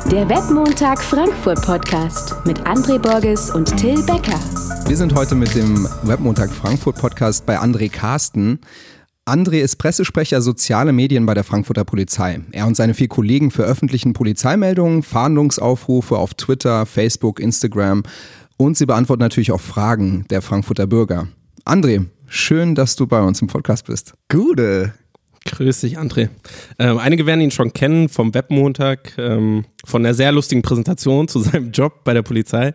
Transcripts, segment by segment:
Der Webmontag Frankfurt Podcast mit André Borges und Till Becker. Wir sind heute mit dem Webmontag Frankfurt Podcast bei André Karsten. André ist Pressesprecher soziale Medien bei der Frankfurter Polizei. Er und seine 4 Kollegen veröffentlichen Polizeimeldungen, Fahndungsaufrufe auf Twitter, Facebook, Instagram und sie beantworten natürlich auch Fragen der Frankfurter Bürger. André, schön, dass du bei uns im Podcast bist. Gute. Grüß dich, André. Einige werden ihn schon kennen vom Webmontag, von der sehr lustigen Präsentation zu seinem Job bei der Polizei.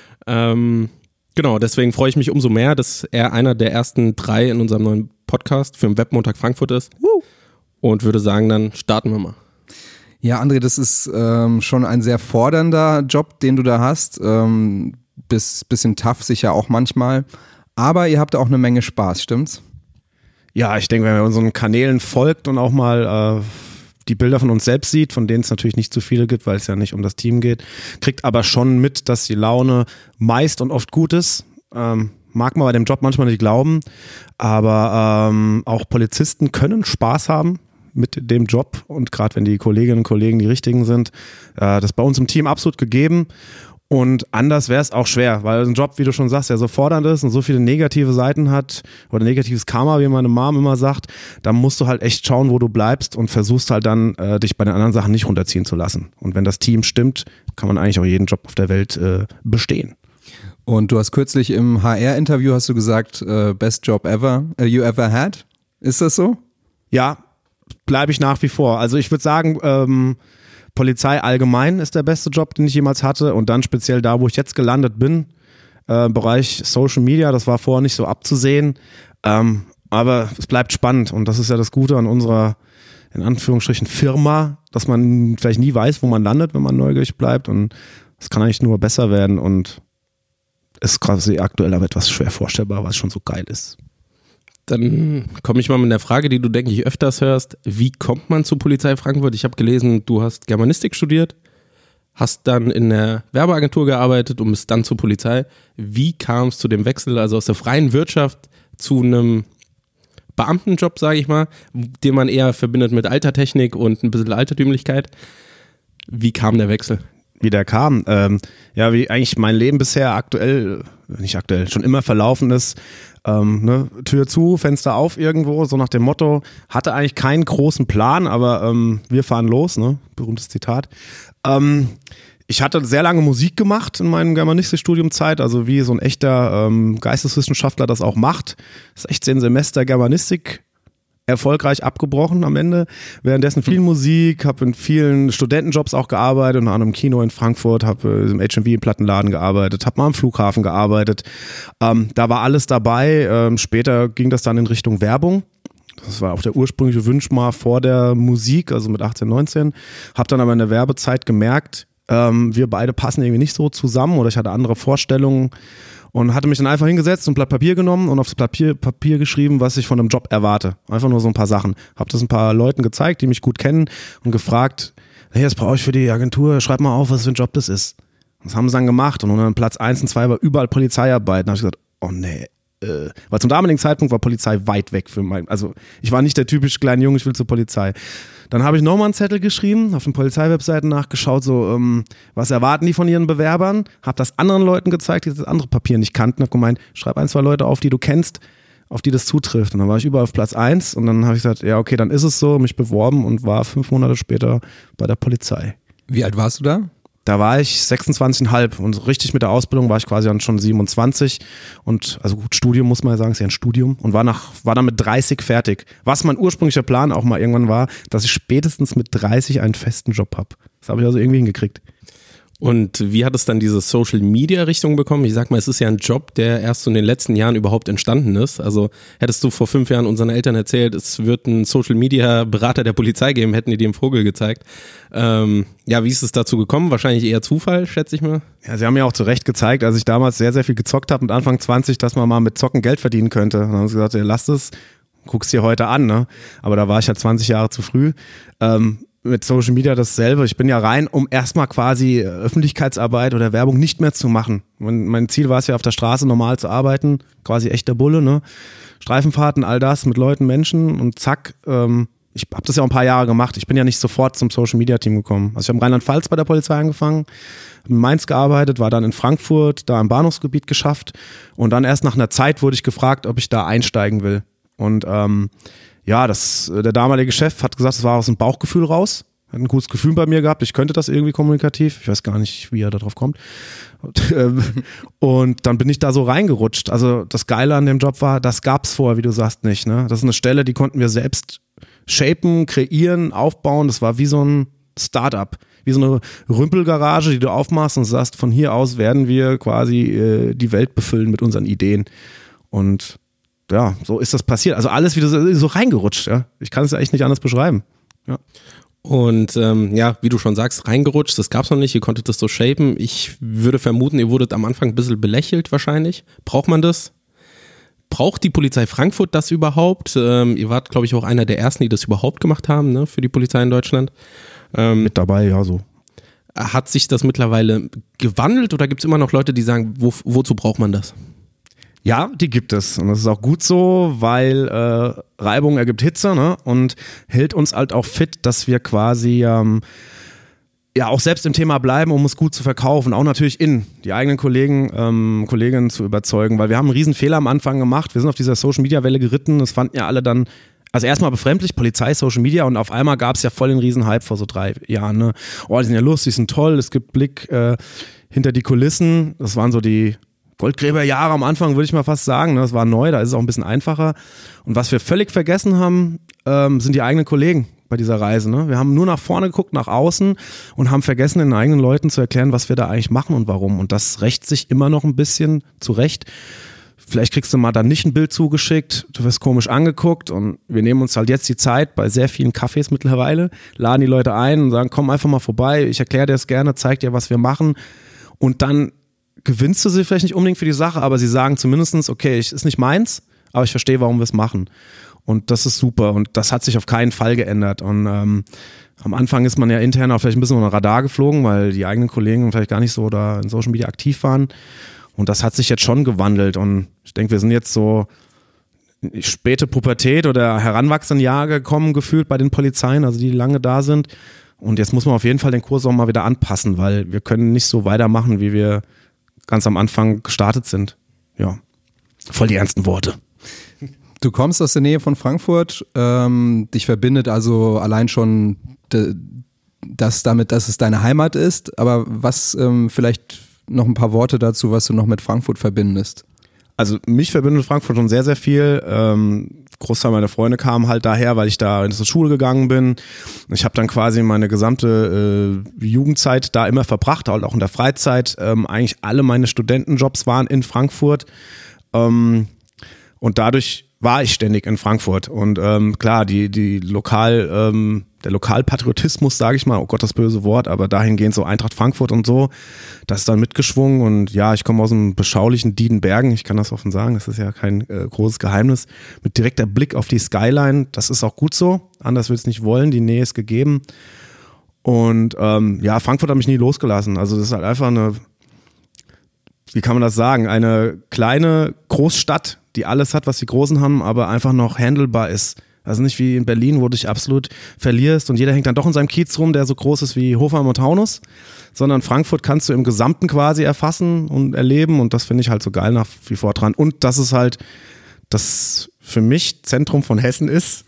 Genau, deswegen freue ich mich umso mehr, dass er einer der ersten 3 in unserem neuen Podcast für den Webmontag Frankfurt ist. Und würde sagen, dann starten wir mal. Ja, André, das ist schon ein sehr fordernder Job, den du da hast. Bisschen tough sicher auch manchmal. Aber ihr habt auch eine Menge Spaß, stimmt's? Ja, ich denke, wenn man unseren Kanälen folgt und auch mal die Bilder von uns selbst sieht, von denen es natürlich nicht zu viele gibt, weil es ja nicht um das Team geht, kriegt aber schon mit, dass die Laune meist und oft gut ist. Mag man bei dem Job manchmal nicht glauben, aber auch Polizisten können Spaß haben mit dem Job und gerade wenn die Kolleginnen und Kollegen die richtigen sind, das ist bei uns im Team absolut gegeben. Und anders wäre es auch schwer, weil ein Job, wie du schon sagst, der so fordernd ist und so viele negative Seiten hat oder negatives Karma, wie meine Mom immer sagt, da musst du halt echt schauen, wo du bleibst und versuchst halt dann, dich bei den anderen Sachen nicht runterziehen zu lassen. Und wenn das Team stimmt, kann man eigentlich auch jeden Job auf der Welt bestehen. Und du hast kürzlich im HR-Interview hast du gesagt, best job ever you ever had. Ist das so? Ja, bleibe ich nach wie vor. Also ich würde sagen, Polizei allgemein ist der beste Job, den ich jemals hatte und dann speziell da, wo ich jetzt gelandet bin, Bereich Social Media, das war vorher nicht so abzusehen, aber es bleibt spannend und das ist ja das Gute an unserer, in Anführungsstrichen, Firma, dass man vielleicht nie weiß, wo man landet, wenn man neugierig bleibt und es kann eigentlich nur besser werden und ist quasi aktuell aber etwas schwer vorstellbar, was schon so geil ist. Dann komme ich mal mit der Frage, die du, denke ich, öfters hörst. Wie kommt man zur Polizei Frankfurt? Ich habe gelesen, du hast Germanistik studiert, hast dann in der Werbeagentur gearbeitet und bist dann zur Polizei. Wie kam es zu dem Wechsel, also aus der freien Wirtschaft zu einem Beamtenjob, sage ich mal, den man eher verbindet mit Altertechnik und ein bisschen Altertümlichkeit? Wie kam der Wechsel? Wie der kam. Ja, wie eigentlich mein Leben bisher schon immer verlaufen ist. Tür zu, Fenster auf irgendwo, so nach dem Motto, hatte eigentlich keinen großen Plan, aber wir fahren los, ne? Berühmtes Zitat. Ich hatte sehr lange Musik gemacht in meinem Germanistikstudiumzeit, also wie so ein echter Geisteswissenschaftler das auch macht. 16 Semester Germanistik erfolgreich abgebrochen am Ende. Währenddessen viel Musik, habe in vielen Studentenjobs auch gearbeitet, unter anderem im Kino in Frankfurt, habe im HMV im Plattenladen gearbeitet, habe mal am Flughafen gearbeitet. Da war alles dabei. Später ging das dann in Richtung Werbung. Das war auch der ursprüngliche Wunsch mal vor der Musik, also mit 18, 19. Habe dann aber in der Werbezeit gemerkt, wir beide passen irgendwie nicht so zusammen oder ich hatte andere Vorstellungen. Und hatte mich dann einfach hingesetzt und ein Blatt Papier genommen und aufs Papier geschrieben, was ich von einem Job erwarte. Einfach nur so ein paar Sachen. Hab das ein paar Leuten gezeigt, die mich gut kennen und gefragt, hey, das brauche ich für die Agentur, schreib mal auf, was für ein Job das ist. Und das haben sie dann gemacht und dann Platz 1 und 2 war überall Polizeiarbeit. Und dann habe ich gesagt, oh nee. Weil zum damaligen Zeitpunkt war Polizei weit weg für also ich war nicht der typische kleine Junge, ich will zur Polizei. Dann habe ich nochmal einen Zettel geschrieben, auf den Polizeiwebseiten nachgeschaut, so was erwarten die von ihren Bewerbern, habe das anderen Leuten gezeigt, die das andere Papier nicht kannten, habe gemeint, schreib 1, 2 Leute auf, die du kennst, auf die das zutrifft. Und dann war ich überall auf Platz 1 und dann habe ich gesagt, ja okay, dann ist es so, mich beworben und war 5 Monate später bei der Polizei. Wie alt warst du da? Da war ich 26,5 und so richtig mit der Ausbildung war ich quasi dann schon 27 und also gut, Studium muss man ja sagen, ist ja ein Studium und war dann mit 30 fertig. Was mein ursprünglicher Plan auch mal irgendwann war, dass ich spätestens mit 30 einen festen Job habe. Das habe ich also irgendwie hingekriegt. Und wie hat es dann diese Social-Media-Richtung bekommen? Ich sag mal, es ist ja ein Job, der erst so in den letzten Jahren überhaupt entstanden ist. Also hättest du vor 5 Jahren unseren Eltern erzählt, es wird einen Social-Media-Berater der Polizei geben, hätten die dir einen Vogel gezeigt. Ja, wie ist es dazu gekommen? Wahrscheinlich eher Zufall, schätze ich mal. Ja, sie haben mir auch zu Recht gezeigt, als ich damals sehr, sehr viel gezockt habe mit Anfang 20, dass man mal mit Zocken Geld verdienen könnte. Und dann haben sie gesagt, ja, lass es, guck's dir heute an, ne? Aber da war ich halt 20 Jahre zu früh. Mit Social Media dasselbe. Ich bin ja rein, um erstmal quasi Öffentlichkeitsarbeit oder Werbung nicht mehr zu machen. Mein Ziel war es ja, auf der Straße normal zu arbeiten, quasi echter Bulle, ne? Streifenfahrten, all das mit Leuten, Menschen und zack, ich habe das ja auch ein paar Jahre gemacht. Ich bin ja nicht sofort zum Social-Media-Team gekommen. Also ich habe in Rheinland-Pfalz bei der Polizei angefangen, habe in Mainz gearbeitet, war dann in Frankfurt, da im Bahnhofsgebiet geschafft und dann erst nach einer Zeit wurde ich gefragt, ob ich da einsteigen will. Und der damalige Chef hat gesagt, es war aus dem Bauchgefühl raus. Hat ein gutes Gefühl bei mir gehabt, ich könnte das irgendwie kommunikativ. Ich weiß gar nicht, wie er da drauf kommt. Und dann bin ich da so reingerutscht. Also das Geile an dem Job war, das gab's vorher, wie du sagst, nicht. Ne? Das ist eine Stelle, die konnten wir selbst shapen, kreieren, aufbauen. Das war wie so ein Start-up, wie so eine Rümpelgarage, die du aufmachst und sagst, von hier aus werden wir quasi die Welt befüllen mit unseren Ideen. Und ja, so ist das passiert. Also alles wieder so reingerutscht. Ja? Ich kann es eigentlich nicht anders beschreiben. Ja. Und wie du schon sagst, reingerutscht, das gab's noch nicht, ihr konntet das so shapen. Ich würde vermuten, ihr wurdet am Anfang ein bisschen belächelt wahrscheinlich. Braucht man das? Braucht die Polizei Frankfurt das überhaupt? Ihr wart, glaube ich, auch einer der ersten, die das überhaupt gemacht haben, ne, für die Polizei in Deutschland. Mit dabei, ja, so. Hat sich das mittlerweile gewandelt oder gibt es immer noch Leute, die sagen, wozu braucht man das? Ja, die gibt es und das ist auch gut so, weil Reibung ergibt Hitze, ne? Und hält uns halt auch fit, dass wir quasi auch selbst im Thema bleiben, um es gut zu verkaufen, auch natürlich die eigenen Kolleginnen zu überzeugen, weil wir haben einen riesen Fehler am Anfang gemacht, wir sind auf dieser Social-Media-Welle geritten, das fanden ja alle dann, also erstmal befremdlich, Polizei, Social Media und auf einmal gab es ja voll den riesen Hype vor so 3 Jahren, ne? Oh, die sind ja lustig, sind toll, es gibt Blick hinter die Kulissen, das waren so die Goldgräberjahre am Anfang, würde ich mal fast sagen. Das war neu, da ist es auch ein bisschen einfacher. Und was wir völlig vergessen haben, sind die eigenen Kollegen bei dieser Reise. Ne? Wir haben nur nach vorne geguckt, nach außen und haben vergessen, den eigenen Leuten zu erklären, was wir da eigentlich machen und warum. Und das rächt sich immer noch ein bisschen zurecht. Vielleicht kriegst du mal dann nicht ein Bild zugeschickt, du wirst komisch angeguckt und wir nehmen uns halt jetzt die Zeit bei sehr vielen Cafés mittlerweile, laden die Leute ein und sagen, komm einfach mal vorbei, ich erkläre dir das gerne, zeig dir, was wir machen und dann gewinnst du sie vielleicht nicht unbedingt für die Sache, aber sie sagen zumindest, okay, ist nicht meins, aber ich verstehe, warum wir es machen. Und das ist super und das hat sich auf keinen Fall geändert. Und am Anfang ist man ja intern auch vielleicht ein bisschen unter Radar geflogen, weil die eigenen Kollegen vielleicht gar nicht so da in Social Media aktiv waren. Und das hat sich jetzt schon gewandelt und ich denke, wir sind jetzt so in die späte Pubertät oder heranwachsenden Jahre gekommen, gefühlt bei den Polizeien, also die lange da sind. Und jetzt muss man auf jeden Fall den Kurs auch mal wieder anpassen, weil wir können nicht so weitermachen, wie wir ganz am Anfang gestartet sind. Ja, voll die ernsten Worte. Du kommst aus der Nähe von Frankfurt, dich verbindet also allein schon das damit, dass es deine Heimat ist, aber was vielleicht noch ein paar Worte dazu, was du noch mit Frankfurt verbindest? Also mich verbindet Frankfurt schon sehr, sehr viel. Großteil meiner Freunde kamen halt daher, weil ich da zur Schule gegangen bin. Ich habe dann quasi meine gesamte Jugendzeit da immer verbracht, halt auch in der Freizeit. Eigentlich alle meine Studentenjobs waren in Frankfurt. Und dadurch war ich ständig in Frankfurt. Und klar, der Lokalpatriotismus, sage ich mal, oh Gott, das böse Wort, aber dahingehend so Eintracht Frankfurt und so, das ist dann mitgeschwungen. Und ja, ich komme aus dem beschaulichen Diedenbergen, ich kann das offen sagen, das ist ja kein großes Geheimnis, mit direkter Blick auf die Skyline, das ist auch gut so, anders will es nicht wollen, die Nähe ist gegeben. Und Frankfurt hat mich nie losgelassen, also das ist halt einfach wie kann man das sagen, eine kleine Großstadt, die alles hat, was die Großen haben, aber einfach noch handelbar ist. Also nicht wie in Berlin, wo du dich absolut verlierst und jeder hängt dann doch in seinem Kiez rum, der so groß ist wie Hofheim und Taunus, sondern Frankfurt kannst du im Gesamten quasi erfassen und erleben und das finde ich halt so geil nach wie vor dran. Und dass es halt das für mich Zentrum von Hessen ist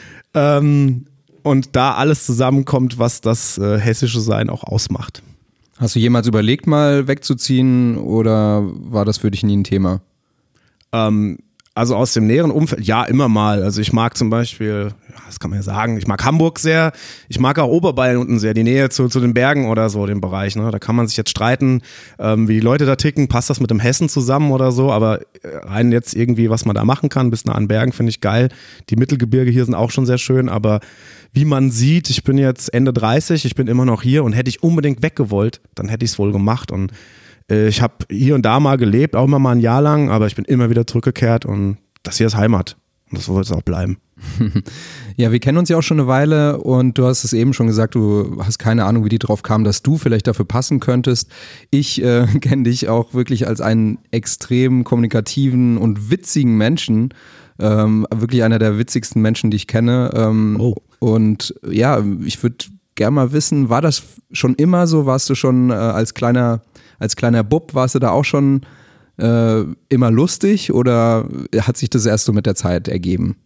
und da alles zusammenkommt, was das hessische Sein auch ausmacht. Hast du jemals überlegt, mal wegzuziehen oder war das für dich nie ein Thema? Also aus dem näheren Umfeld, ja, immer mal. Also ich mag zum Beispiel, das kann man ja sagen, ich mag Hamburg sehr, ich mag auch Oberbayern unten sehr, die Nähe zu den Bergen oder so, den Bereich. Ne? Da kann man sich jetzt streiten, wie die Leute da ticken, passt das mit dem Hessen zusammen oder so, aber rein jetzt irgendwie, was man da machen kann, bis nah an Bergen, finde ich geil. Die Mittelgebirge hier sind auch schon sehr schön, aber wie man sieht, ich bin jetzt Ende 30, ich bin immer noch hier und hätte ich unbedingt weggewollt, dann hätte ich es wohl gemacht und ich habe hier und da mal gelebt, auch immer mal ein Jahr lang, aber ich bin immer wieder zurückgekehrt und das hier ist Heimat und das soll es auch bleiben. Ja, wir kennen uns ja auch schon eine Weile und du hast es eben schon gesagt, du hast keine Ahnung, wie die drauf kamen, dass du vielleicht dafür passen könntest. Ich kenne dich auch wirklich als einen extrem kommunikativen und witzigen Menschen. Wirklich einer der witzigsten Menschen, die ich kenne. Und ja, ich würde gerne mal wissen, war das schon immer so? Warst du schon als kleiner Bub, warst du da auch schon immer lustig oder hat sich das erst so mit der Zeit ergeben?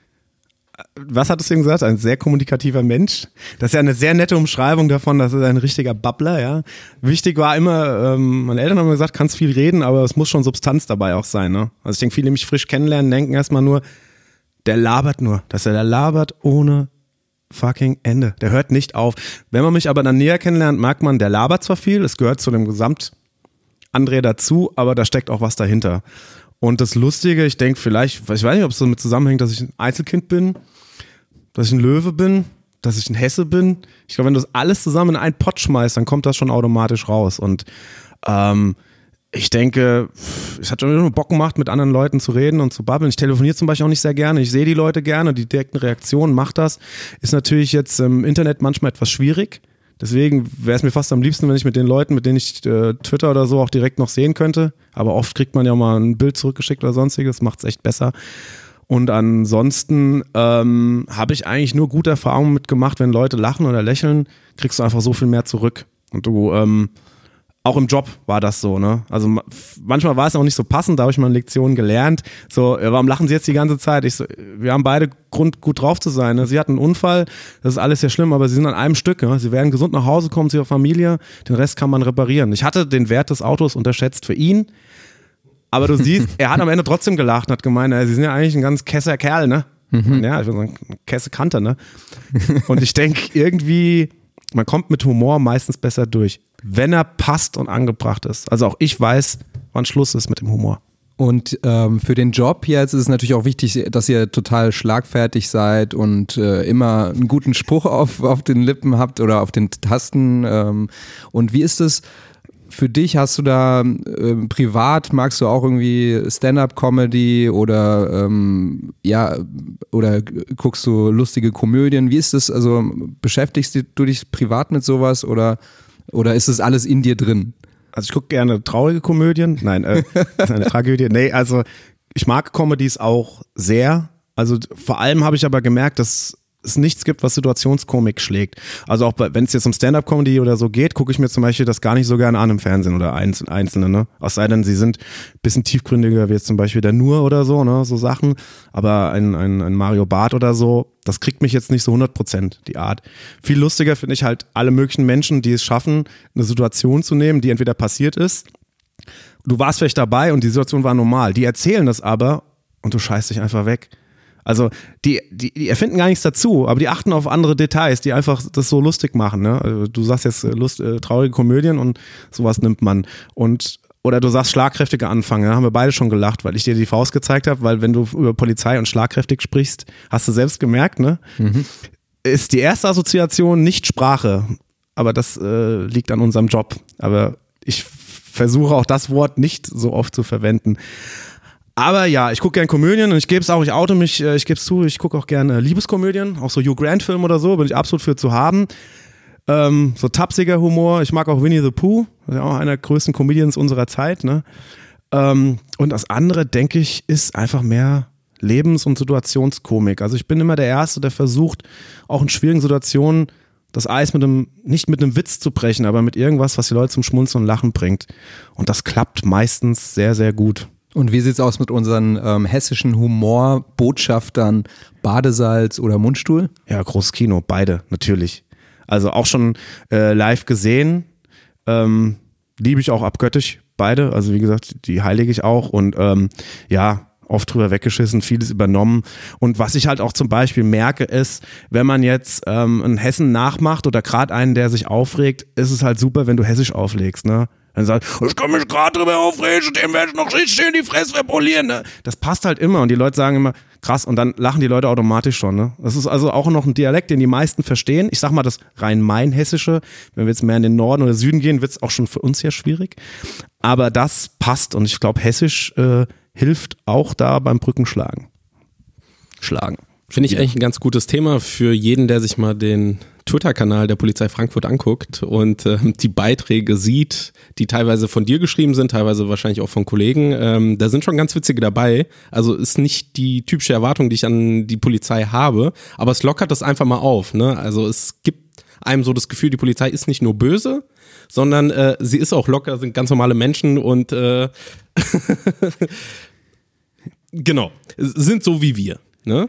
Was hattest du eben gesagt? Ein sehr kommunikativer Mensch. Das ist ja eine sehr nette Umschreibung davon, das ist ein richtiger Babbler, ja. Wichtig war immer, meine Eltern haben gesagt, kannst viel reden, aber es muss schon Substanz dabei auch sein, ne? Also ich denke, viele, die mich frisch kennenlernen, denken erstmal nur, der labert nur. Der labert ohne fucking Ende. Der hört nicht auf. Wenn man mich aber dann näher kennenlernt, merkt man, der labert zwar viel, es gehört zu dem Gesamt-André dazu, aber da steckt auch was dahinter. Und das Lustige, ich denke vielleicht, ich weiß nicht, ob es damit zusammenhängt, dass ich ein Einzelkind bin, dass ich ein Löwe bin, dass ich ein Hesse bin. Ich glaube, wenn du das alles zusammen in einen Pott schmeißt, dann kommt das schon automatisch raus. Und ich denke, es hat schon immer Bock gemacht, mit anderen Leuten zu reden und zu babbeln. Ich telefoniere zum Beispiel auch nicht sehr gerne. Ich sehe die Leute gerne, die direkten Reaktionen, mach das. Ist natürlich jetzt im Internet manchmal etwas schwierig. Deswegen wäre es mir fast am liebsten, wenn ich mit den Leuten, mit denen ich Twitter oder so auch direkt noch sehen könnte. Aber oft kriegt man ja mal ein Bild zurückgeschickt oder sonstiges. Macht es echt besser. Und ansonsten habe ich eigentlich nur gute Erfahrungen mitgemacht, wenn Leute lachen oder lächeln, kriegst du einfach so viel mehr zurück. Und du, auch im Job war das so, ne? Also manchmal war es auch nicht so passend, da habe ich mal eine Lektion gelernt. So, warum lachen Sie jetzt die ganze Zeit? Ich so, wir haben beide Grund, gut drauf zu sein. Ne? Sie hatten einen Unfall, das ist alles sehr schlimm, aber Sie sind an einem Stück. Ne? Sie werden gesund nach Hause kommen zu Ihrer Familie, den Rest kann man reparieren. Ich hatte den Wert des Autos unterschätzt für ihn, aber du siehst, er hat am Ende trotzdem gelacht und hat gemeint, Sie sind ja eigentlich ein ganz kesser Kerl, ne? Mhm. Ja, ich würde sagen, Kesse-Kante, ne? Und ich denke irgendwie, man kommt mit Humor meistens besser durch, wenn er passt und angebracht ist. Also auch ich weiß, wann Schluss ist mit dem Humor. Und für den Job jetzt ist es natürlich auch wichtig, dass ihr total schlagfertig seid und immer einen guten Spruch auf den Lippen habt oder auf den Tasten. Und wie ist es für dich? Hast du da privat, magst du auch irgendwie Stand-up-Comedy oder oder guckst du lustige Komödien? Wie ist das? Also beschäftigst du dich privat mit sowas oder ist das alles in dir drin? Also ich gucke gerne traurige Komödien. Nein, das ist eine Tragödie. Nee, also ich mag Comedies auch sehr. Also vor allem habe ich aber gemerkt, dass es nichts gibt, was Situationskomik schlägt. Also auch wenn es jetzt um Stand-up-Comedy oder so geht, gucke ich mir zum Beispiel das gar nicht so gerne an im Fernsehen oder einzelne, ne? Es sei denn, sie sind ein bisschen tiefgründiger, wie jetzt zum Beispiel der Nur oder so, ne? So Sachen. Aber ein Mario Barth oder so, das kriegt mich jetzt nicht so 100%, die Art. Viel lustiger finde ich halt alle möglichen Menschen, die es schaffen, eine Situation zu nehmen, die entweder passiert ist, du warst vielleicht dabei und die Situation war normal. Die erzählen das aber und du scheißt dich einfach weg. Also die erfinden gar nichts dazu, aber die achten auf andere Details, die einfach das so lustig machen. Ne? Also du sagst jetzt traurige Komödien und sowas nimmt man. Oder du sagst schlagkräftige Anfang, da haben wir beide schon gelacht, weil ich dir die Faust gezeigt habe, weil wenn du über Polizei und schlagkräftig sprichst, hast du selbst gemerkt, ne? Mhm. Ist die erste Assoziation nicht Sprache, aber das liegt an unserem Job. Aber ich versuche auch das Wort nicht so oft zu verwenden. Aber ja, ich gucke gerne Komödien und ich gebe es auch, ich oute mich, ich gebe es zu, ich gucke auch gerne Liebeskomödien, auch so Hugh Grant-Filme oder so, bin ich absolut für zu haben. So tapsiger Humor, ich mag auch Winnie the Pooh, das ist ja auch einer der größten Comedians unserer Zeit, ne? Und das andere, denke ich, ist einfach mehr Lebens- und Situationskomik. Also ich bin immer der Erste, der versucht, auch in schwierigen Situationen das Eis nicht mit einem Witz zu brechen, aber mit irgendwas, was die Leute zum Schmunzeln und Lachen bringt. Und das klappt meistens sehr, sehr gut. Und wie sieht's aus mit unseren hessischen Humorbotschaftern Badesalz oder Mundstuhl? Ja, großes Kino, beide, natürlich. Also auch schon live gesehen, liebe ich auch abgöttisch, beide. Also wie gesagt, die heilige ich auch und oft drüber weggeschissen, vieles übernommen. Und was ich halt auch zum Beispiel merke ist, wenn man jetzt einen Hessen nachmacht oder gerade einen, der sich aufregt, ist es halt super, wenn du hessisch auflegst, ne? Dann sagt, ich kann mich gerade drüber aufregen, dem werde ich noch richtig schön die Fresse verpolieren, ne? Das passt halt immer und die Leute sagen immer, krass, und dann lachen die Leute automatisch schon, ne? Das ist also auch noch ein Dialekt, den die meisten verstehen. Ich sag mal das Rhein-Main-Hessische, wenn wir jetzt mehr in den Norden oder Süden gehen, wird es auch schon für uns sehr schwierig. Aber das passt und ich glaube, Hessisch hilft auch da beim Brückenschlagen. Finde ich eigentlich ein ganz gutes Thema für jeden, der sich mal den Twitter-Kanal der Polizei Frankfurt anguckt und die Beiträge sieht, die teilweise von dir geschrieben sind, teilweise wahrscheinlich auch von Kollegen, da sind schon ganz witzige dabei. Also ist nicht die typische Erwartung, die ich an die Polizei habe, aber es lockert das einfach mal auf. Ne? Also es gibt einem so das Gefühl, die Polizei ist nicht nur böse, sondern sie ist auch locker, sind ganz normale Menschen und genau, sind so wie wir. Ne?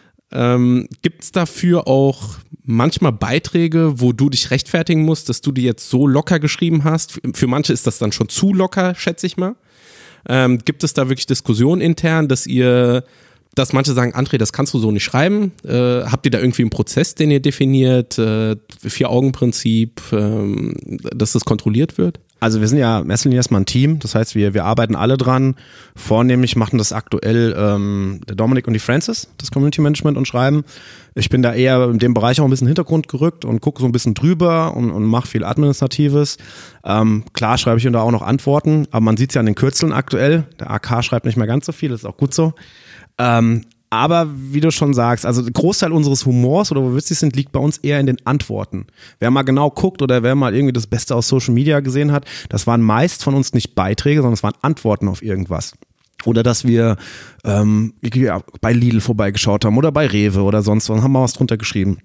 Gibt es dafür auch manchmal Beiträge, wo du dich rechtfertigen musst, dass du die jetzt so locker geschrieben hast? Für manche ist das dann schon zu locker, schätze ich mal. Gibt es da wirklich Diskussionen intern, dass manche sagen, André, das kannst du so nicht schreiben? Habt ihr da irgendwie einen Prozess, den ihr definiert? 4-Augen-Prinzip, dass das kontrolliert wird? Also wir sind ja in erster Linie erstmal ein Team, das heißt wir arbeiten alle dran, vornehmlich machen das aktuell der Dominik und die Francis, das Community Management und Schreiben. Ich bin da eher in dem Bereich auch ein bisschen in den Hintergrund gerückt und gucke so ein bisschen drüber und mache viel Administratives. Klar schreibe ich da auch noch Antworten, aber man sieht es ja an den Kürzeln aktuell, der AK schreibt nicht mehr ganz so viel, das ist auch gut so. Aber wie du schon sagst, also der Großteil unseres Humors oder wo wir witzig sind, liegt bei uns eher in den Antworten. Wer mal genau guckt oder wer mal irgendwie das Beste aus Social Media gesehen hat, das waren meist von uns nicht Beiträge, sondern es waren Antworten auf irgendwas. Oder dass wir bei Lidl vorbeigeschaut haben oder bei Rewe oder sonst was, haben wir was drunter geschrieben.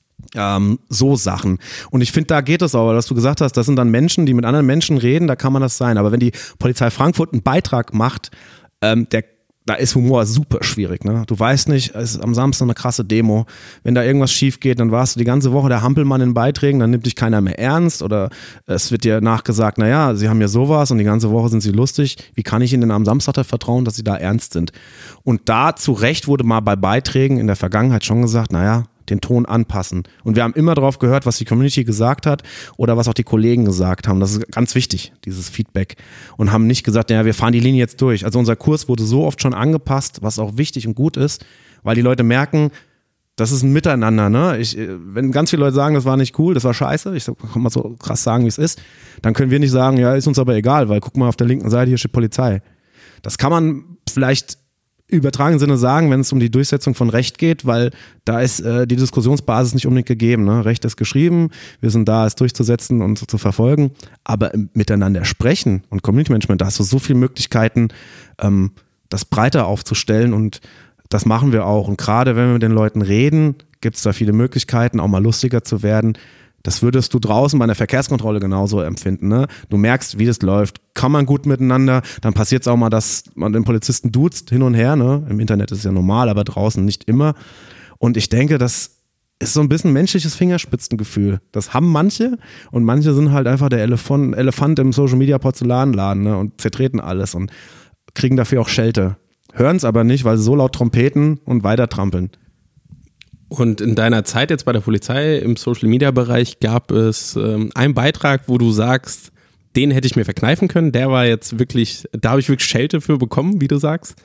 So Sachen. Und ich finde, da geht es aber, dass du gesagt hast, das sind dann Menschen, die mit anderen Menschen reden, da kann man das sein. Aber wenn die Polizei Frankfurt einen Beitrag macht, da ist Humor super schwierig, ne? Du weißt nicht, es ist am Samstag eine krasse Demo. Wenn da irgendwas schief geht, dann warst du die ganze Woche der Hampelmann in Beiträgen, dann nimmt dich keiner mehr ernst oder es wird dir nachgesagt, naja, sie haben ja sowas und die ganze Woche sind sie lustig. Wie kann ich ihnen denn am Samstag vertrauen, dass sie da ernst sind? Und da zu Recht wurde mal bei Beiträgen in der Vergangenheit schon gesagt, naja, den Ton anpassen. Und wir haben immer drauf gehört, was die Community gesagt hat oder was auch die Kollegen gesagt haben. Das ist ganz wichtig, dieses Feedback. Und haben nicht gesagt, ja, wir fahren die Linie jetzt durch. Also unser Kurs wurde so oft schon angepasst, was auch wichtig und gut ist, weil die Leute merken, das ist ein Miteinander. Ne? Wenn ganz viele Leute sagen, das war nicht cool, das war scheiße, ich kann mal so krass sagen, wie es ist, dann können wir nicht sagen, ja, ist uns aber egal, weil guck mal, auf der linken Seite, hier steht Polizei. Das kann man vielleicht übertragenen Sinne sagen, wenn es um die Durchsetzung von Recht geht, weil da ist die Diskussionsbasis nicht unbedingt gegeben. Ne? Recht ist geschrieben, wir sind da, es durchzusetzen und zu verfolgen, aber miteinander sprechen und Community Management, da hast du so viele Möglichkeiten, das breiter aufzustellen und das machen wir auch. Und gerade wenn wir mit den Leuten reden, gibt es da viele Möglichkeiten, auch mal lustiger zu werden. Das würdest du draußen bei einer Verkehrskontrolle genauso empfinden. Ne? Du merkst, wie das läuft. Kann man gut miteinander. Dann passiert es auch mal, dass man den Polizisten duzt hin und her. Ne? Im Internet ist es ja normal, aber draußen nicht immer. Und ich denke, das ist so ein bisschen menschliches Fingerspitzengefühl. Das haben manche und manche sind halt einfach der Elefant im Social-Media-Porzellanladen, ne? Und zertreten alles und kriegen dafür auch Schelte. Hören es aber nicht, weil sie so laut trompeten und weiter trampeln. Und in deiner Zeit jetzt bei der Polizei im Social-Media-Bereich gab es einen Beitrag, wo du sagst, den hätte ich mir verkneifen können, der war jetzt wirklich, da habe ich wirklich Schelte für bekommen, wie du sagst?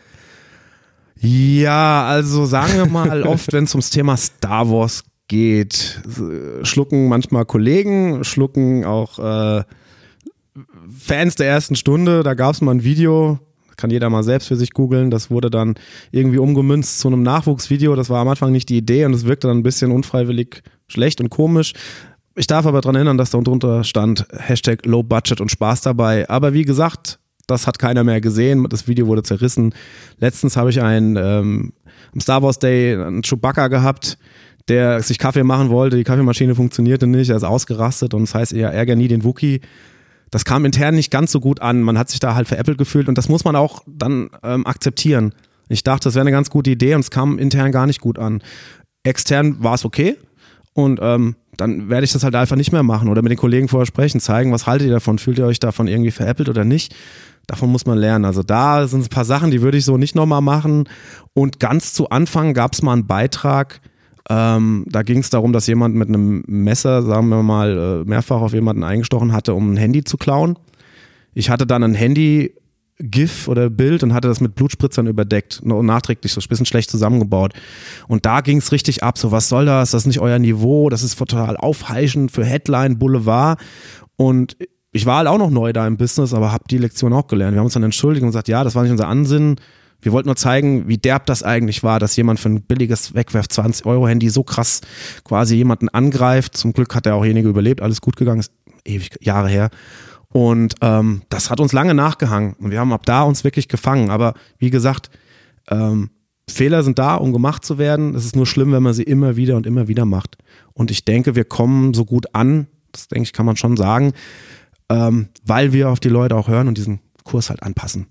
Ja, also sagen wir mal, oft wenn es ums Thema Star Wars geht, schlucken manchmal Kollegen, schlucken auch Fans der ersten Stunde, da gab es mal ein Video, kann jeder mal selbst für sich googeln, das wurde dann irgendwie umgemünzt zu einem Nachwuchsvideo, das war am Anfang nicht die Idee und es wirkte dann ein bisschen unfreiwillig schlecht und komisch. Ich darf aber daran erinnern, dass da drunter stand Hashtag Low Budget und Spaß dabei, aber wie gesagt, das hat keiner mehr gesehen, das Video wurde zerrissen. Letztens habe ich am Star Wars Day einen Chewbacca gehabt, der sich Kaffee machen wollte, die Kaffeemaschine funktionierte nicht, er ist ausgerastet und das heißt, er ärgert nie den Wookie. Das kam intern nicht ganz so gut an. Man hat sich da halt veräppelt gefühlt und das muss man auch dann akzeptieren. Ich dachte, das wäre eine ganz gute Idee und es kam intern gar nicht gut an. Extern war es okay und dann werde ich das halt einfach nicht mehr machen oder mit den Kollegen vorher sprechen, zeigen, was haltet ihr davon, fühlt ihr euch davon irgendwie veräppelt oder nicht. Davon muss man lernen. Also da sind ein paar Sachen, die würde ich so nicht nochmal machen. Und ganz zu Anfang gab es mal einen Beitrag, da ging es darum, dass jemand mit einem Messer, sagen wir mal, mehrfach auf jemanden eingestochen hatte, um ein Handy zu klauen. Ich hatte dann ein Handy-GIF oder Bild und hatte das mit Blutspritzern überdeckt und nachträglich so ein bisschen schlecht zusammengebaut. Und da ging es richtig ab, so was soll das, das ist nicht euer Niveau, das ist total aufheischend für Headline, Boulevard. Und ich war halt auch noch neu da im Business, aber habe die Lektion auch gelernt. Wir haben uns dann entschuldigt und gesagt, ja, das war nicht unser Ansinnen, Wir wollten nur zeigen, wie derb das eigentlich war, dass jemand für ein billiges Wegwerf-20-Euro-Handy so krass quasi jemanden angreift. Zum Glück hat der auch derjenige überlebt, alles gut gegangen, ist ewig Jahre her. Und das hat uns lange nachgehangen und wir haben ab da uns wirklich gefangen. Aber wie gesagt, Fehler sind da, um gemacht zu werden. Es ist nur schlimm, wenn man sie immer wieder macht. Und ich denke, wir kommen so gut an, das denke ich, kann man schon sagen, weil wir auf die Leute auch hören und diesen Kurs halt anpassen.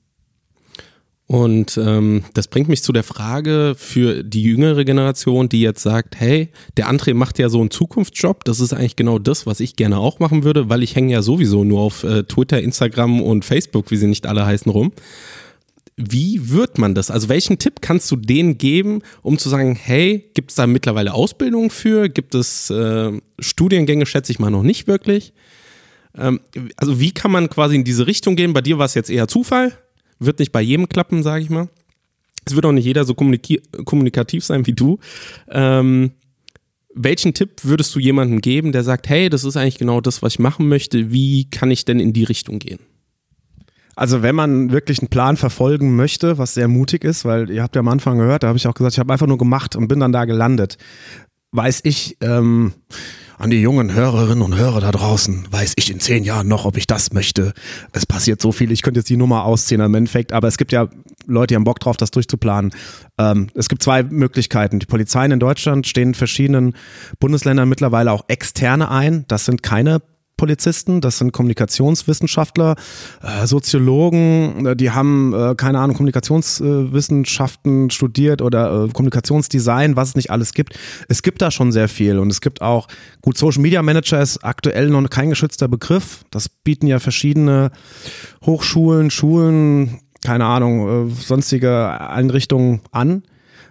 Und das bringt mich zu der Frage für die jüngere Generation, die jetzt sagt, hey, der André macht ja so einen Zukunftsjob, das ist eigentlich genau das, was ich gerne auch machen würde, weil ich hänge ja sowieso nur auf Twitter, Instagram und Facebook, wie sie nicht alle heißen, rum. Wie wird man das? Also welchen Tipp kannst du denen geben, um zu sagen, hey, gibt es da mittlerweile Ausbildung für? Gibt es Studiengänge, schätze ich mal noch nicht wirklich? Also wie kann man quasi in diese Richtung gehen? Bei dir war es jetzt eher Zufall. Wird nicht bei jedem klappen, sage ich mal. Es wird auch nicht jeder so kommunikativ sein wie du. Welchen Tipp würdest du jemandem geben, der sagt, hey, das ist eigentlich genau das, was ich machen möchte. Wie kann ich denn in die Richtung gehen? Also wenn man wirklich einen Plan verfolgen möchte, was sehr mutig ist, weil ihr habt ja am Anfang gehört, da habe ich auch gesagt, ich habe einfach nur gemacht und bin dann da gelandet. Weiß ich, an die jungen Hörerinnen und Hörer da draußen, weiß ich in 10 Jahren noch, ob ich das möchte. Es passiert so viel, ich könnte jetzt die Nummer auszählen im Endeffekt, aber es gibt ja Leute, die haben Bock drauf, das durchzuplanen. Es gibt 2 Möglichkeiten. Die Polizeien in Deutschland stehen in verschiedenen Bundesländern mittlerweile auch Externe ein. Das sind keine Polizisten, das sind Kommunikationswissenschaftler, Soziologen, die haben, keine Ahnung, Kommunikationswissenschaften studiert oder Kommunikationsdesign, was es nicht alles gibt. Es gibt da schon sehr viel und es gibt auch, gut, Social Media Manager ist aktuell noch kein geschützter Begriff. Das bieten ja verschiedene Hochschulen, Schulen, keine Ahnung, sonstige Einrichtungen an.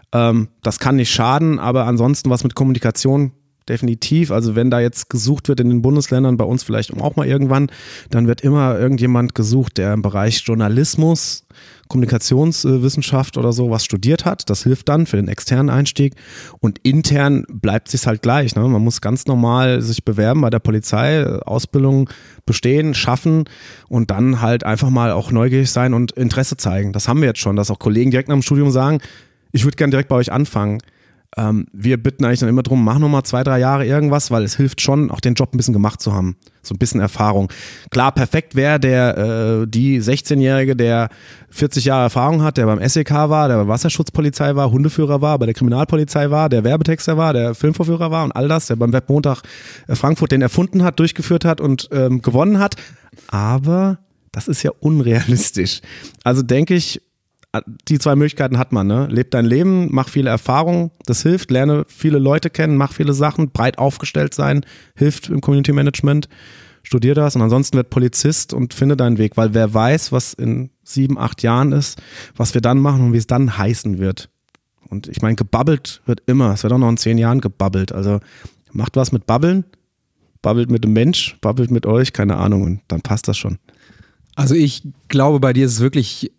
Das kann nicht schaden, aber ansonsten was mit Kommunikation definitiv, also wenn da jetzt gesucht wird in den Bundesländern, bei uns vielleicht auch mal irgendwann, dann wird immer irgendjemand gesucht, der im Bereich Journalismus, Kommunikationswissenschaft oder so was studiert hat. Das hilft dann für den externen Einstieg und intern bleibt es sich halt gleich. Ne? Man muss ganz normal sich bewerben bei der Polizei, Ausbildung bestehen, schaffen und dann halt einfach mal auch neugierig sein und Interesse zeigen. Das haben wir jetzt schon, dass auch Kollegen direkt nach dem Studium sagen, ich würde gerne direkt bei euch anfangen. Wir bitten eigentlich dann immer drum, mach nochmal 2-3 Jahre irgendwas, weil es hilft schon, auch den Job ein bisschen gemacht zu haben. So ein bisschen Erfahrung. Klar, perfekt wäre die 16-Jährige, der 40 Jahre Erfahrung hat, der beim SEK war, der bei Wasserschutzpolizei war, Hundeführer war, bei der Kriminalpolizei war, der Werbetexter war, der Filmvorführer war und all das, der beim Webmontag Frankfurt den erfunden hat, durchgeführt hat und gewonnen hat. Aber das ist ja unrealistisch. Also denke ich, die 2 Möglichkeiten hat man, ne? Leb dein Leben, mach viele Erfahrungen, das hilft, lerne viele Leute kennen, mach viele Sachen, breit aufgestellt sein, hilft im Community Management, studier das und ansonsten wird Polizist und finde deinen Weg, weil wer weiß, was in 7-8 Jahren ist, was wir dann machen und wie es dann heißen wird. Und ich meine, gebabbelt wird immer, es wird auch noch in 10 Jahren gebabbelt, also macht was mit Babbeln, babbelt mit dem Mensch, babbelt mit euch, keine Ahnung und dann passt das schon. Also ich glaube, bei dir ist es wirklich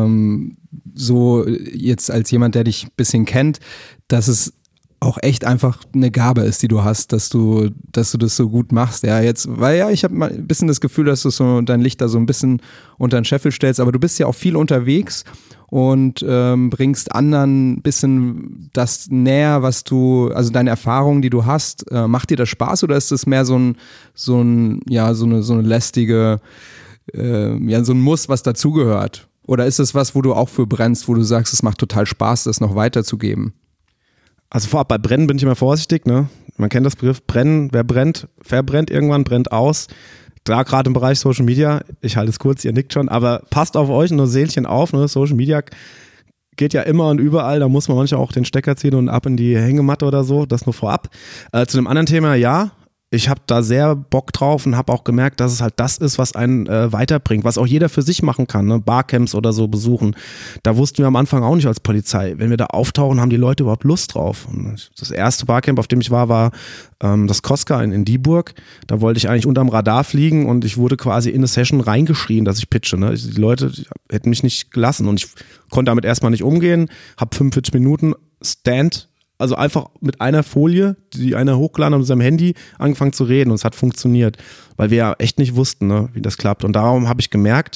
so, jetzt als jemand, der dich ein bisschen kennt, dass es auch echt einfach eine Gabe ist, die du hast, dass du das so gut machst. Ja, jetzt, weil ja, ich habe mal ein bisschen das Gefühl, dass du so dein Licht da so ein bisschen unter den Scheffel stellst, aber du bist ja auch viel unterwegs und bringst anderen ein bisschen das näher, was du, also deine Erfahrungen, die du hast. Macht dir das Spaß oder ist das mehr so eine lästige, so ein Muss, was dazugehört? Oder ist es was, wo du auch für brennst, wo du sagst, es macht total Spaß, das noch weiterzugeben? Also vorab, bei Brennen bin ich immer vorsichtig, ne? Man kennt das Begriff Brennen, wer brennt, verbrennt irgendwann, brennt aus. Da gerade im Bereich Social Media, ich halte es kurz, ihr nickt schon, aber passt auf euch, nur Seelchen auf, ne? Social Media geht ja immer und überall, da muss man manchmal auch den Stecker ziehen und ab in die Hängematte oder so, das nur vorab. Zu dem anderen Thema, ja, ich habe da sehr Bock drauf und habe auch gemerkt, dass es halt das ist, was einen weiterbringt, was auch jeder für sich machen kann, ne? Barcamps oder so besuchen. Da wussten wir am Anfang auch nicht als Polizei. Wenn wir da auftauchen, haben die Leute überhaupt Lust drauf. Und das erste Barcamp, auf dem ich war das Koska in Dieburg. Da wollte ich eigentlich unterm Radar fliegen und ich wurde quasi in eine Session reingeschrien, dass ich pitche. Ne? Die Leute hätten mich nicht gelassen und ich konnte damit erstmal nicht umgehen, habe 45 Minuten also einfach mit einer Folie, die einer hochgeladen hat mit seinem Handy, angefangen zu reden und es hat funktioniert, weil wir ja echt nicht wussten, ne, wie das klappt. Und darum habe ich gemerkt,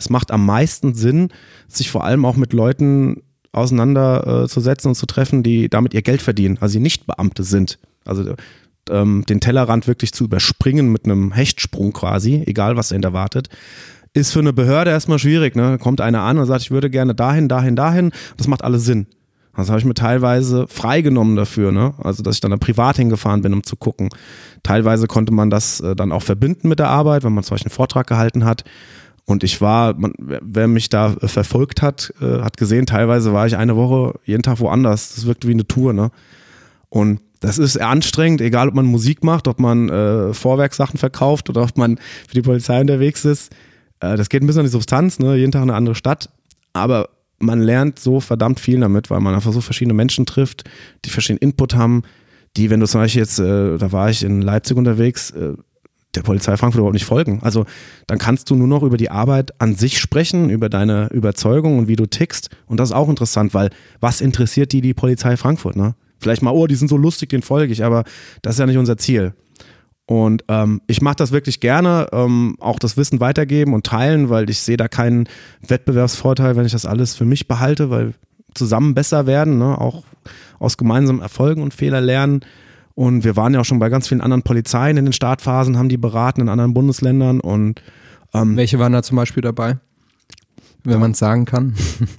es macht am meisten Sinn, sich vor allem auch mit Leuten auseinanderzusetzen und zu treffen, die damit ihr Geld verdienen, also die nicht Beamte sind. Also den Tellerrand wirklich zu überspringen mit einem Hechtsprung quasi, egal was ihn erwartet, ist für eine Behörde erstmal schwierig. Ne? Kommt einer an und sagt, ich würde gerne dahin. Das macht alles Sinn. Das habe ich mir teilweise freigenommen dafür, ne? Also dass ich dann da privat hingefahren bin, um zu gucken. Teilweise konnte man das dann auch verbinden mit der Arbeit, wenn man zum Beispiel einen Vortrag gehalten hat. Und wer mich da verfolgt hat, hat gesehen, teilweise war ich eine Woche jeden Tag woanders. Das wirkte wie eine Tour, ne? Und das ist anstrengend, egal ob man Musik macht, ob man Vorwerksachen verkauft oder ob man für die Polizei unterwegs ist. Das geht ein bisschen an die Substanz, ne? Jeden Tag eine andere Stadt. Aber man lernt so verdammt viel damit, weil man einfach so verschiedene Menschen trifft, die verschiedenen Input haben, die, wenn du zum Beispiel jetzt, da war ich in Leipzig unterwegs, der Polizei Frankfurt überhaupt nicht folgen. Also dann kannst du nur noch über die Arbeit an sich sprechen, über deine Überzeugung und wie du tickst. Und das ist auch interessant, weil was interessiert die Polizei Frankfurt, ne? Vielleicht mal, die sind so lustig, denen folge ich, aber das ist ja nicht unser Ziel. Und ich mache das wirklich gerne, auch das Wissen weitergeben und teilen, weil ich sehe da keinen Wettbewerbsvorteil, wenn ich das alles für mich behalte, weil zusammen besser werden, ne? Auch aus gemeinsamen Erfolgen und Fehler lernen. Und wir waren ja auch schon bei ganz vielen anderen Polizeien in den Startphasen, haben die beraten in anderen Bundesländern. Und welche waren da zum Beispiel dabei, wenn man es sagen kann?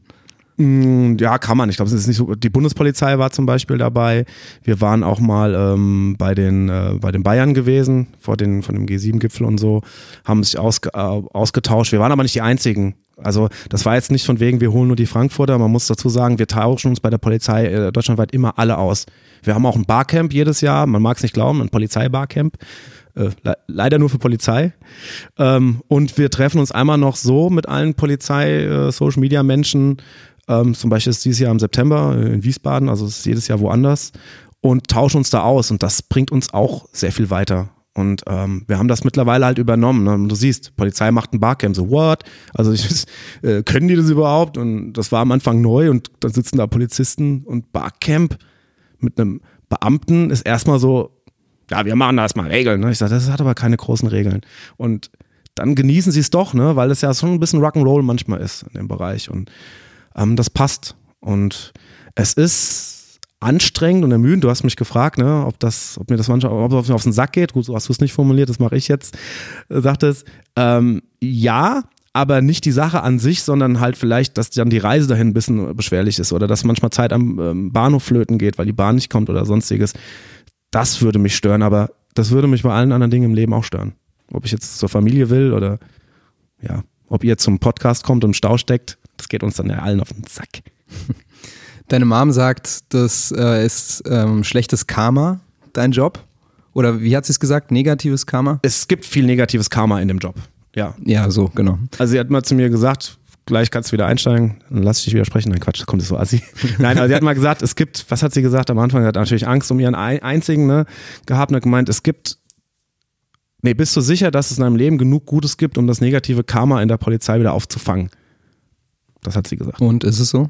Ja, kann man. Ich glaube, es ist nicht so. Die Bundespolizei war zum Beispiel dabei. Wir waren auch mal bei den Bayern gewesen, von dem G7-Gipfel und so, haben sich ausgetauscht. Wir waren aber nicht die Einzigen. Also das war jetzt nicht von wegen, wir holen nur die Frankfurter. Man muss dazu sagen, wir tauschen uns bei der Polizei deutschlandweit immer alle aus. Wir haben auch ein Barcamp jedes Jahr, man mag es nicht glauben, ein Polizeibarcamp. Leider nur für Polizei. Und wir treffen uns einmal noch so mit allen Polizei-Social-Media-Menschen. Zum Beispiel ist dieses Jahr im September in Wiesbaden, also es ist jedes Jahr woanders, und tauschen uns da aus, und das bringt uns auch sehr viel weiter. Und wir haben das mittlerweile halt übernommen. Ne? Du siehst, Polizei macht ein Barcamp, so what? Also können die das überhaupt? Und das war am Anfang neu, und dann sitzen da Polizisten, und Barcamp mit einem Beamten ist erstmal so, ja, wir machen da erstmal Regeln. Ne? Ich sage, das hat aber keine großen Regeln. Und dann genießen sie es doch, ne? Weil es ja schon ein bisschen Rock'n'Roll manchmal ist in dem Bereich, und das passt. Und es ist anstrengend und ermüdend. Du hast mich gefragt, ne, ob mir das manchmal auf den Sack geht. Gut, so hast du es nicht formuliert, das mache ich jetzt. Sagt es. Ja, aber nicht die Sache an sich, sondern halt vielleicht, dass dann die Reise dahin ein bisschen beschwerlich ist oder dass manchmal Zeit am Bahnhof flöten geht, weil die Bahn nicht kommt oder sonstiges. Das würde mich stören, aber das würde mich bei allen anderen Dingen im Leben auch stören. Ob ich jetzt zur Familie will oder ja, ob ihr zum Podcast kommt und im Stau steckt, das geht uns dann ja allen auf den Sack. Deine Mom sagt, das ist schlechtes Karma, dein Job? Oder wie hat sie es gesagt? Negatives Karma? Es gibt viel negatives Karma in dem Job, ja. Ja, so, genau. Also sie hat mal zu mir gesagt, gleich kannst du wieder einsteigen, dann lass ich dich widersprechen. Nein, Quatsch, das kommt jetzt so assi. Nein, aber sie hat mal gesagt, es gibt, was hat sie gesagt am Anfang? Sie hat natürlich Angst um ihren einzigen, ne, gehabt und hat gemeint, bist du sicher, dass es in deinem Leben genug Gutes gibt, um das negative Karma in der Polizei wieder aufzufangen? Das hat sie gesagt. Und ist es so?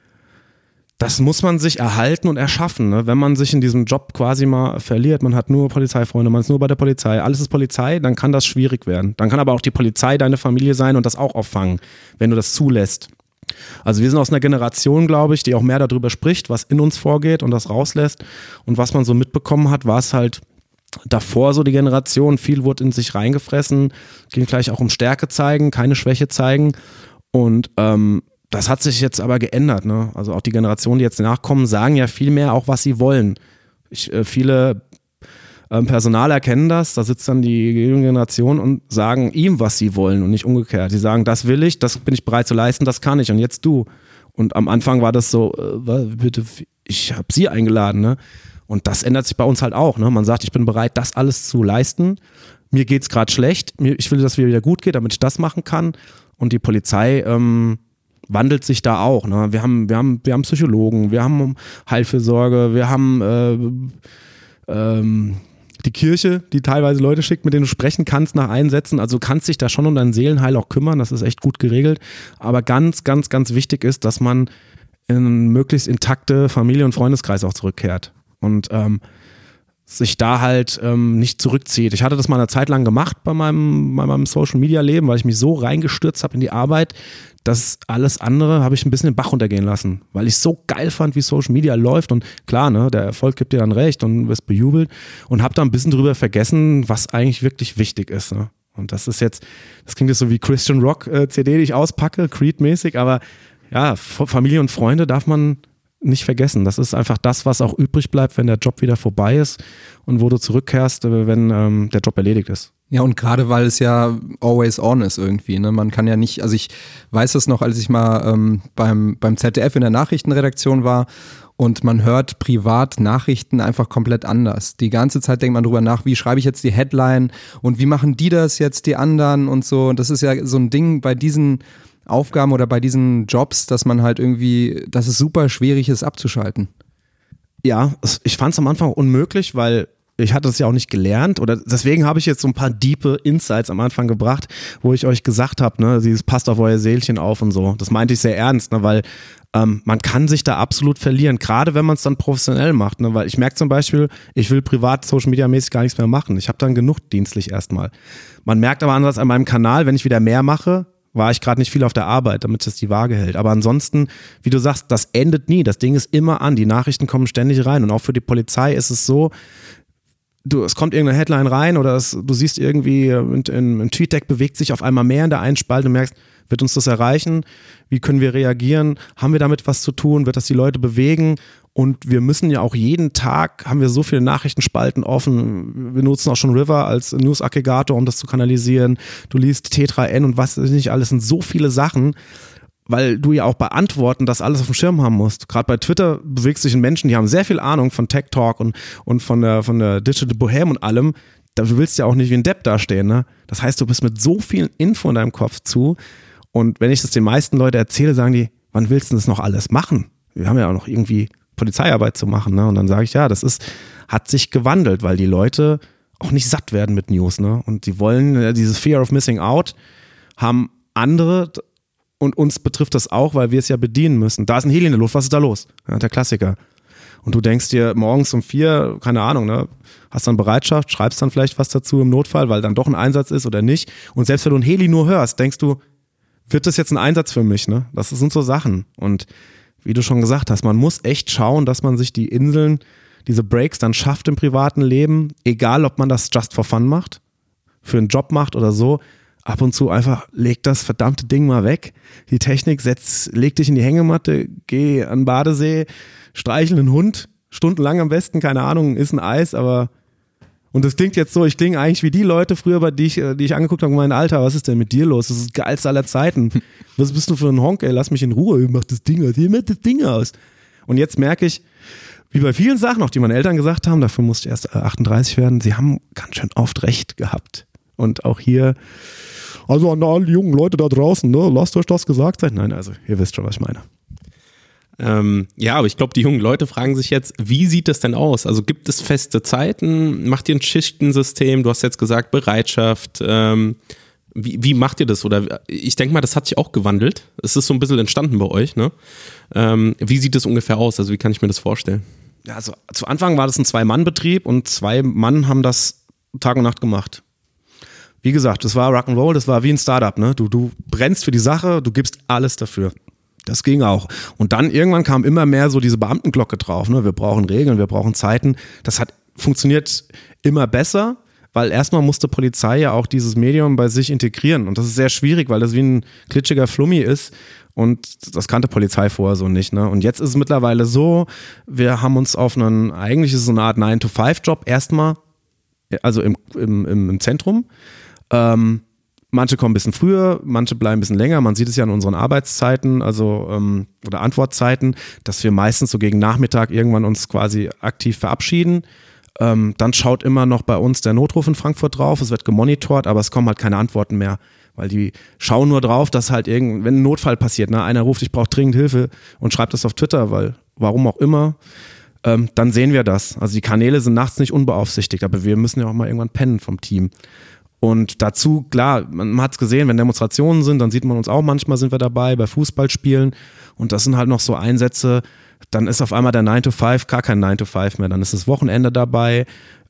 Das muss man sich erhalten und erschaffen, ne? Wenn man sich in diesem Job quasi mal verliert, man hat nur Polizeifreunde, man ist nur bei der Polizei, alles ist Polizei, dann kann das schwierig werden. Dann kann aber auch die Polizei deine Familie sein und das auch auffangen, wenn du das zulässt. Also wir sind aus einer Generation, glaube ich, die auch mehr darüber spricht, was in uns vorgeht und das rauslässt. Und was man so mitbekommen hat, war es halt davor so die Generation, viel wurde in sich reingefressen, ging gleich auch um Stärke zeigen, keine Schwäche zeigen. Und das hat sich jetzt aber geändert, ne? Also auch die Generationen, die jetzt nachkommen, sagen ja viel mehr auch, was sie wollen. Viele Personaler kennen das, da sitzt dann die junge Generation und sagen ihm, was sie wollen und nicht umgekehrt. Sie sagen, das will ich, das bin ich bereit zu leisten, das kann ich und jetzt du. Und am Anfang war das so, bitte, ich habe sie eingeladen, ne? Und das ändert sich bei uns halt auch, ne? Man sagt, ich bin bereit, das alles zu leisten. Mir geht's gerade schlecht, ich will, dass es mir wieder gut geht, damit ich das machen kann. Und die Polizei wandelt sich da auch. Ne? Wir haben Psychologen, wir haben Heilfürsorge, wir haben die Kirche, die teilweise Leute schickt, mit denen du sprechen kannst nach Einsätzen. Also du kannst dich da schon um dein Seelenheil auch kümmern, das ist echt gut geregelt. Aber ganz, ganz, ganz wichtig ist, dass man in einen möglichst intakte Familie- und Freundeskreis auch zurückkehrt. Und sich da halt nicht zurückzieht. Ich hatte das mal eine Zeit lang gemacht bei meinem Social-Media-Leben, weil ich mich so reingestürzt habe in die Arbeit, dass alles andere habe ich ein bisschen den Bach runtergehen lassen, weil ich so geil fand, wie Social Media läuft und klar, ne, der Erfolg gibt dir dann recht und wirst bejubelt und habe da ein bisschen drüber vergessen, was eigentlich wirklich wichtig ist. Ne? Und das klingt jetzt so wie Christian Rock CD, die ich auspacke, Creed-mäßig, aber ja, Familie und Freunde darf man nicht vergessen. Das ist einfach das, was auch übrig bleibt, wenn der Job wieder vorbei ist und wo du zurückkehrst, wenn der Job erledigt ist. Ja, und gerade weil es ja always on ist irgendwie, ne? Man kann ja nicht, also ich weiß das noch, als ich mal beim ZDF in der Nachrichtenredaktion war und man hört privat Nachrichten einfach komplett anders. Die ganze Zeit denkt man drüber nach, wie schreibe ich jetzt die Headline und wie machen die das jetzt, die anderen und so. Und das ist ja so ein Ding bei diesen Aufgaben oder bei diesen Jobs, dass man halt irgendwie, dass es super schwierig ist abzuschalten. Ja, ich fand es am Anfang unmöglich, weil ich hatte es ja auch nicht gelernt oder deswegen habe ich jetzt so ein paar diepe Insights am Anfang gebracht, wo ich euch gesagt habe, ne, dieses passt auf euer Seelchen auf und so. Das meinte ich sehr ernst, ne, weil man kann sich da absolut verlieren, gerade wenn man es dann professionell macht, ne, weil ich merke zum Beispiel, ich will privat Social Media mäßig gar nichts mehr machen. Ich habe dann genug dienstlich erstmal. Man merkt aber anders an meinem Kanal, wenn ich wieder mehr mache, war ich gerade nicht viel auf der Arbeit, damit es die Waage hält. Aber ansonsten, wie du sagst, das endet nie. Das Ding ist immer an. Die Nachrichten kommen ständig rein. Und auch für die Polizei ist es so, es kommt irgendeine Headline rein oder du siehst irgendwie, ein TweetDeck bewegt sich auf einmal mehr in der einen Spalte und merkst, wird uns das erreichen? Wie können wir reagieren? Haben wir damit was zu tun? Wird das die Leute bewegen? Und wir müssen ja auch jeden Tag, haben wir so viele Nachrichtenspalten offen. Wir nutzen auch schon River als News-Aggregator, um das zu kanalisieren. Du liest T3N und was nicht alles, sind so viele Sachen, weil du ja auch bei Antworten das alles auf dem Schirm haben musst. Gerade bei Twitter bewegst du dich in Menschen, die haben sehr viel Ahnung von Tech Talk und von der Digital Bohem und allem. Du willst ja auch nicht wie ein Depp dastehen. Ne? Das heißt, du bist mit so viel Info in deinem Kopf zu. Und wenn ich das den meisten Leuten erzähle, sagen die, wann willst du das noch alles machen? Wir haben ja auch noch irgendwie Polizeiarbeit zu machen. Ne? Und dann sage ich, ja, hat sich gewandelt, weil die Leute auch nicht satt werden mit News. Ne? Und die wollen, dieses Fear of Missing Out haben andere und uns betrifft das auch, weil wir es ja bedienen müssen. Da ist ein Heli in der Luft, was ist da los? Ja, der Klassiker. Und du denkst dir morgens um 4, keine Ahnung, ne, hast dann Bereitschaft, schreibst dann vielleicht was dazu im Notfall, weil dann doch ein Einsatz ist oder nicht. Und selbst wenn du ein Heli nur hörst, denkst du, wird das jetzt ein Einsatz für mich? Ne? Das sind so Sachen. Und wie du schon gesagt hast, man muss echt schauen, dass man sich die Inseln, diese Breaks dann schafft im privaten Leben, egal ob man das just for fun macht, für einen Job macht oder so. Ab und zu einfach leg das verdammte Ding mal weg. Die Technik, leg dich in die Hängematte, geh an den Badesee, streichel einen Hund, stundenlang am besten, keine Ahnung, isst ein Eis, aber und das klingt jetzt so, ich klinge eigentlich wie die Leute früher, die ich angeguckt habe und mein Alter, was ist denn mit dir los? Das ist das Geilste aller Zeiten. Was bist du für ein Honk, ey? Lass mich in Ruhe, mach das Ding aus, hier macht das Ding aus. Und jetzt merke ich, wie bei vielen Sachen auch, die meine Eltern gesagt haben, dafür musste ich erst 38 werden, sie haben ganz schön oft recht gehabt. Und auch hier, also an alle jungen Leute da draußen, ne, lasst euch das gesagt sein. Nein, also ihr wisst schon, was ich meine. Ja, aber ich glaube, die jungen Leute fragen sich jetzt, wie sieht das denn aus? Also gibt es feste Zeiten? Macht ihr ein Schichtensystem? Du hast jetzt gesagt Bereitschaft. Wie macht ihr das? Oder ich denke mal, das hat sich auch gewandelt. Es ist so ein bisschen entstanden bei euch, ne? Wie sieht das ungefähr aus? Also wie kann ich mir das vorstellen? Ja, also zu Anfang war das ein 2-Mann-Betrieb und 2 Mann haben das Tag und Nacht gemacht. Wie gesagt, das war Rock'n'Roll, das war wie ein Startup, ne? Du brennst für die Sache, du gibst alles dafür. Das ging auch. Und dann irgendwann kam immer mehr so diese Beamtenglocke drauf, ne? Wir brauchen Regeln, wir brauchen Zeiten. Das hat funktioniert immer besser, weil erstmal musste Polizei ja auch dieses Medium bei sich integrieren. Und das ist sehr schwierig, weil das wie ein glitschiger Flummi ist. Und das kannte Polizei vorher so nicht, ne? Und jetzt ist es mittlerweile so, wir haben uns auf eigentlich ist es so eine Art 9-to-5-Job erstmal, also im Zentrum. Manche kommen ein bisschen früher, manche bleiben ein bisschen länger. Man sieht es ja an unseren Arbeitszeiten, oder Antwortzeiten, dass wir meistens so gegen Nachmittag irgendwann uns quasi aktiv verabschieden. Dann schaut immer noch bei uns der Notruf in Frankfurt drauf. Es wird gemonitort, aber es kommen halt keine Antworten mehr, weil die schauen nur drauf, dass halt wenn ein Notfall passiert, ne, einer ruft, ich brauche dringend Hilfe und schreibt das auf Twitter, weil warum auch immer, dann sehen wir das. Also die Kanäle sind nachts nicht unbeaufsichtigt, aber wir müssen ja auch mal irgendwann pennen vom Team. Und dazu, klar, man hat es gesehen, wenn Demonstrationen sind, dann sieht man uns auch, manchmal sind wir dabei, bei Fußballspielen und das sind halt noch so Einsätze, dann ist auf einmal der 9-to-5 gar kein 9-to-5 mehr, dann ist das Wochenende dabei,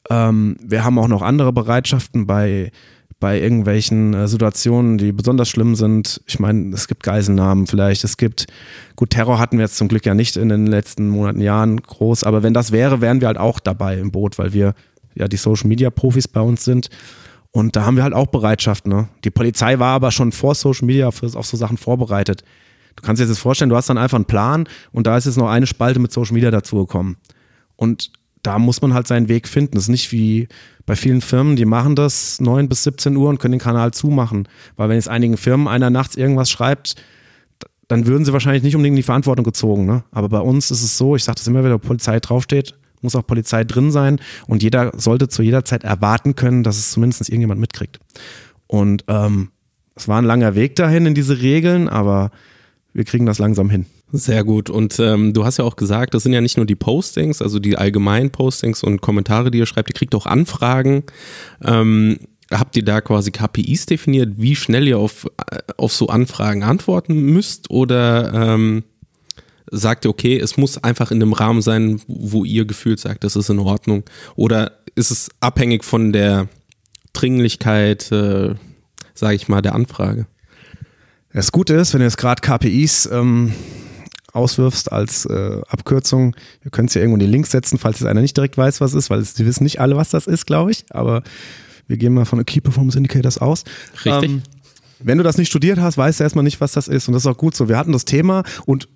Wir haben auch noch andere Bereitschaften bei irgendwelchen Situationen, die besonders schlimm sind. Ich meine, es gibt Geiselnahmen vielleicht, gut, Terror hatten wir jetzt zum Glück ja nicht in den letzten Monaten, Jahren groß, aber wenn das wäre, wären wir halt auch dabei im Boot, weil wir ja die Social-Media-Profis bei uns sind und da haben wir halt auch Bereitschaft, ne? Die Polizei war aber schon vor Social Media auf so Sachen vorbereitet. Du kannst dir das jetzt vorstellen, du hast dann einfach einen Plan und da ist jetzt noch eine Spalte mit Social Media dazugekommen und da muss man halt seinen Weg finden. Das ist nicht wie bei vielen Firmen, die machen das 9 bis 17 Uhr und können den Kanal zumachen. Weil wenn jetzt einigen Firmen einer nachts irgendwas schreibt, dann würden sie wahrscheinlich nicht unbedingt in die Verantwortung gezogen. Ne? Aber bei uns ist es so, ich sage das immer wieder, Polizei draufsteht, muss auch Polizei drin sein und jeder sollte zu jeder Zeit erwarten können, dass es zumindest irgendjemand mitkriegt. Und es war ein langer Weg dahin in diese Regeln, aber wir kriegen das langsam hin. Sehr gut. Und du hast ja auch gesagt, das sind ja nicht nur die Postings, also die allgemeinen Postings und Kommentare, die ihr schreibt, ihr kriegt auch Anfragen. Habt ihr da quasi KPIs definiert, wie schnell ihr auf so Anfragen antworten müsst? Oder sagt ihr, okay, es muss einfach in einem Rahmen sein, wo ihr gefühlt sagt, das ist in Ordnung? Oder ist es abhängig von der Dringlichkeit, sage ich mal, der Anfrage? Das Gute ist, wenn du jetzt gerade KPIs auswirfst als Abkürzung, wir können es ja irgendwo in die Links setzen, falls jetzt einer nicht direkt weiß, was es ist, weil sie wissen nicht alle, was das ist, glaube ich, aber wir gehen mal von Key Performance Indicators aus. Richtig. Wenn du das nicht studiert hast, weißt du erstmal nicht, was das ist und das ist auch gut so. Wir hatten das Thema und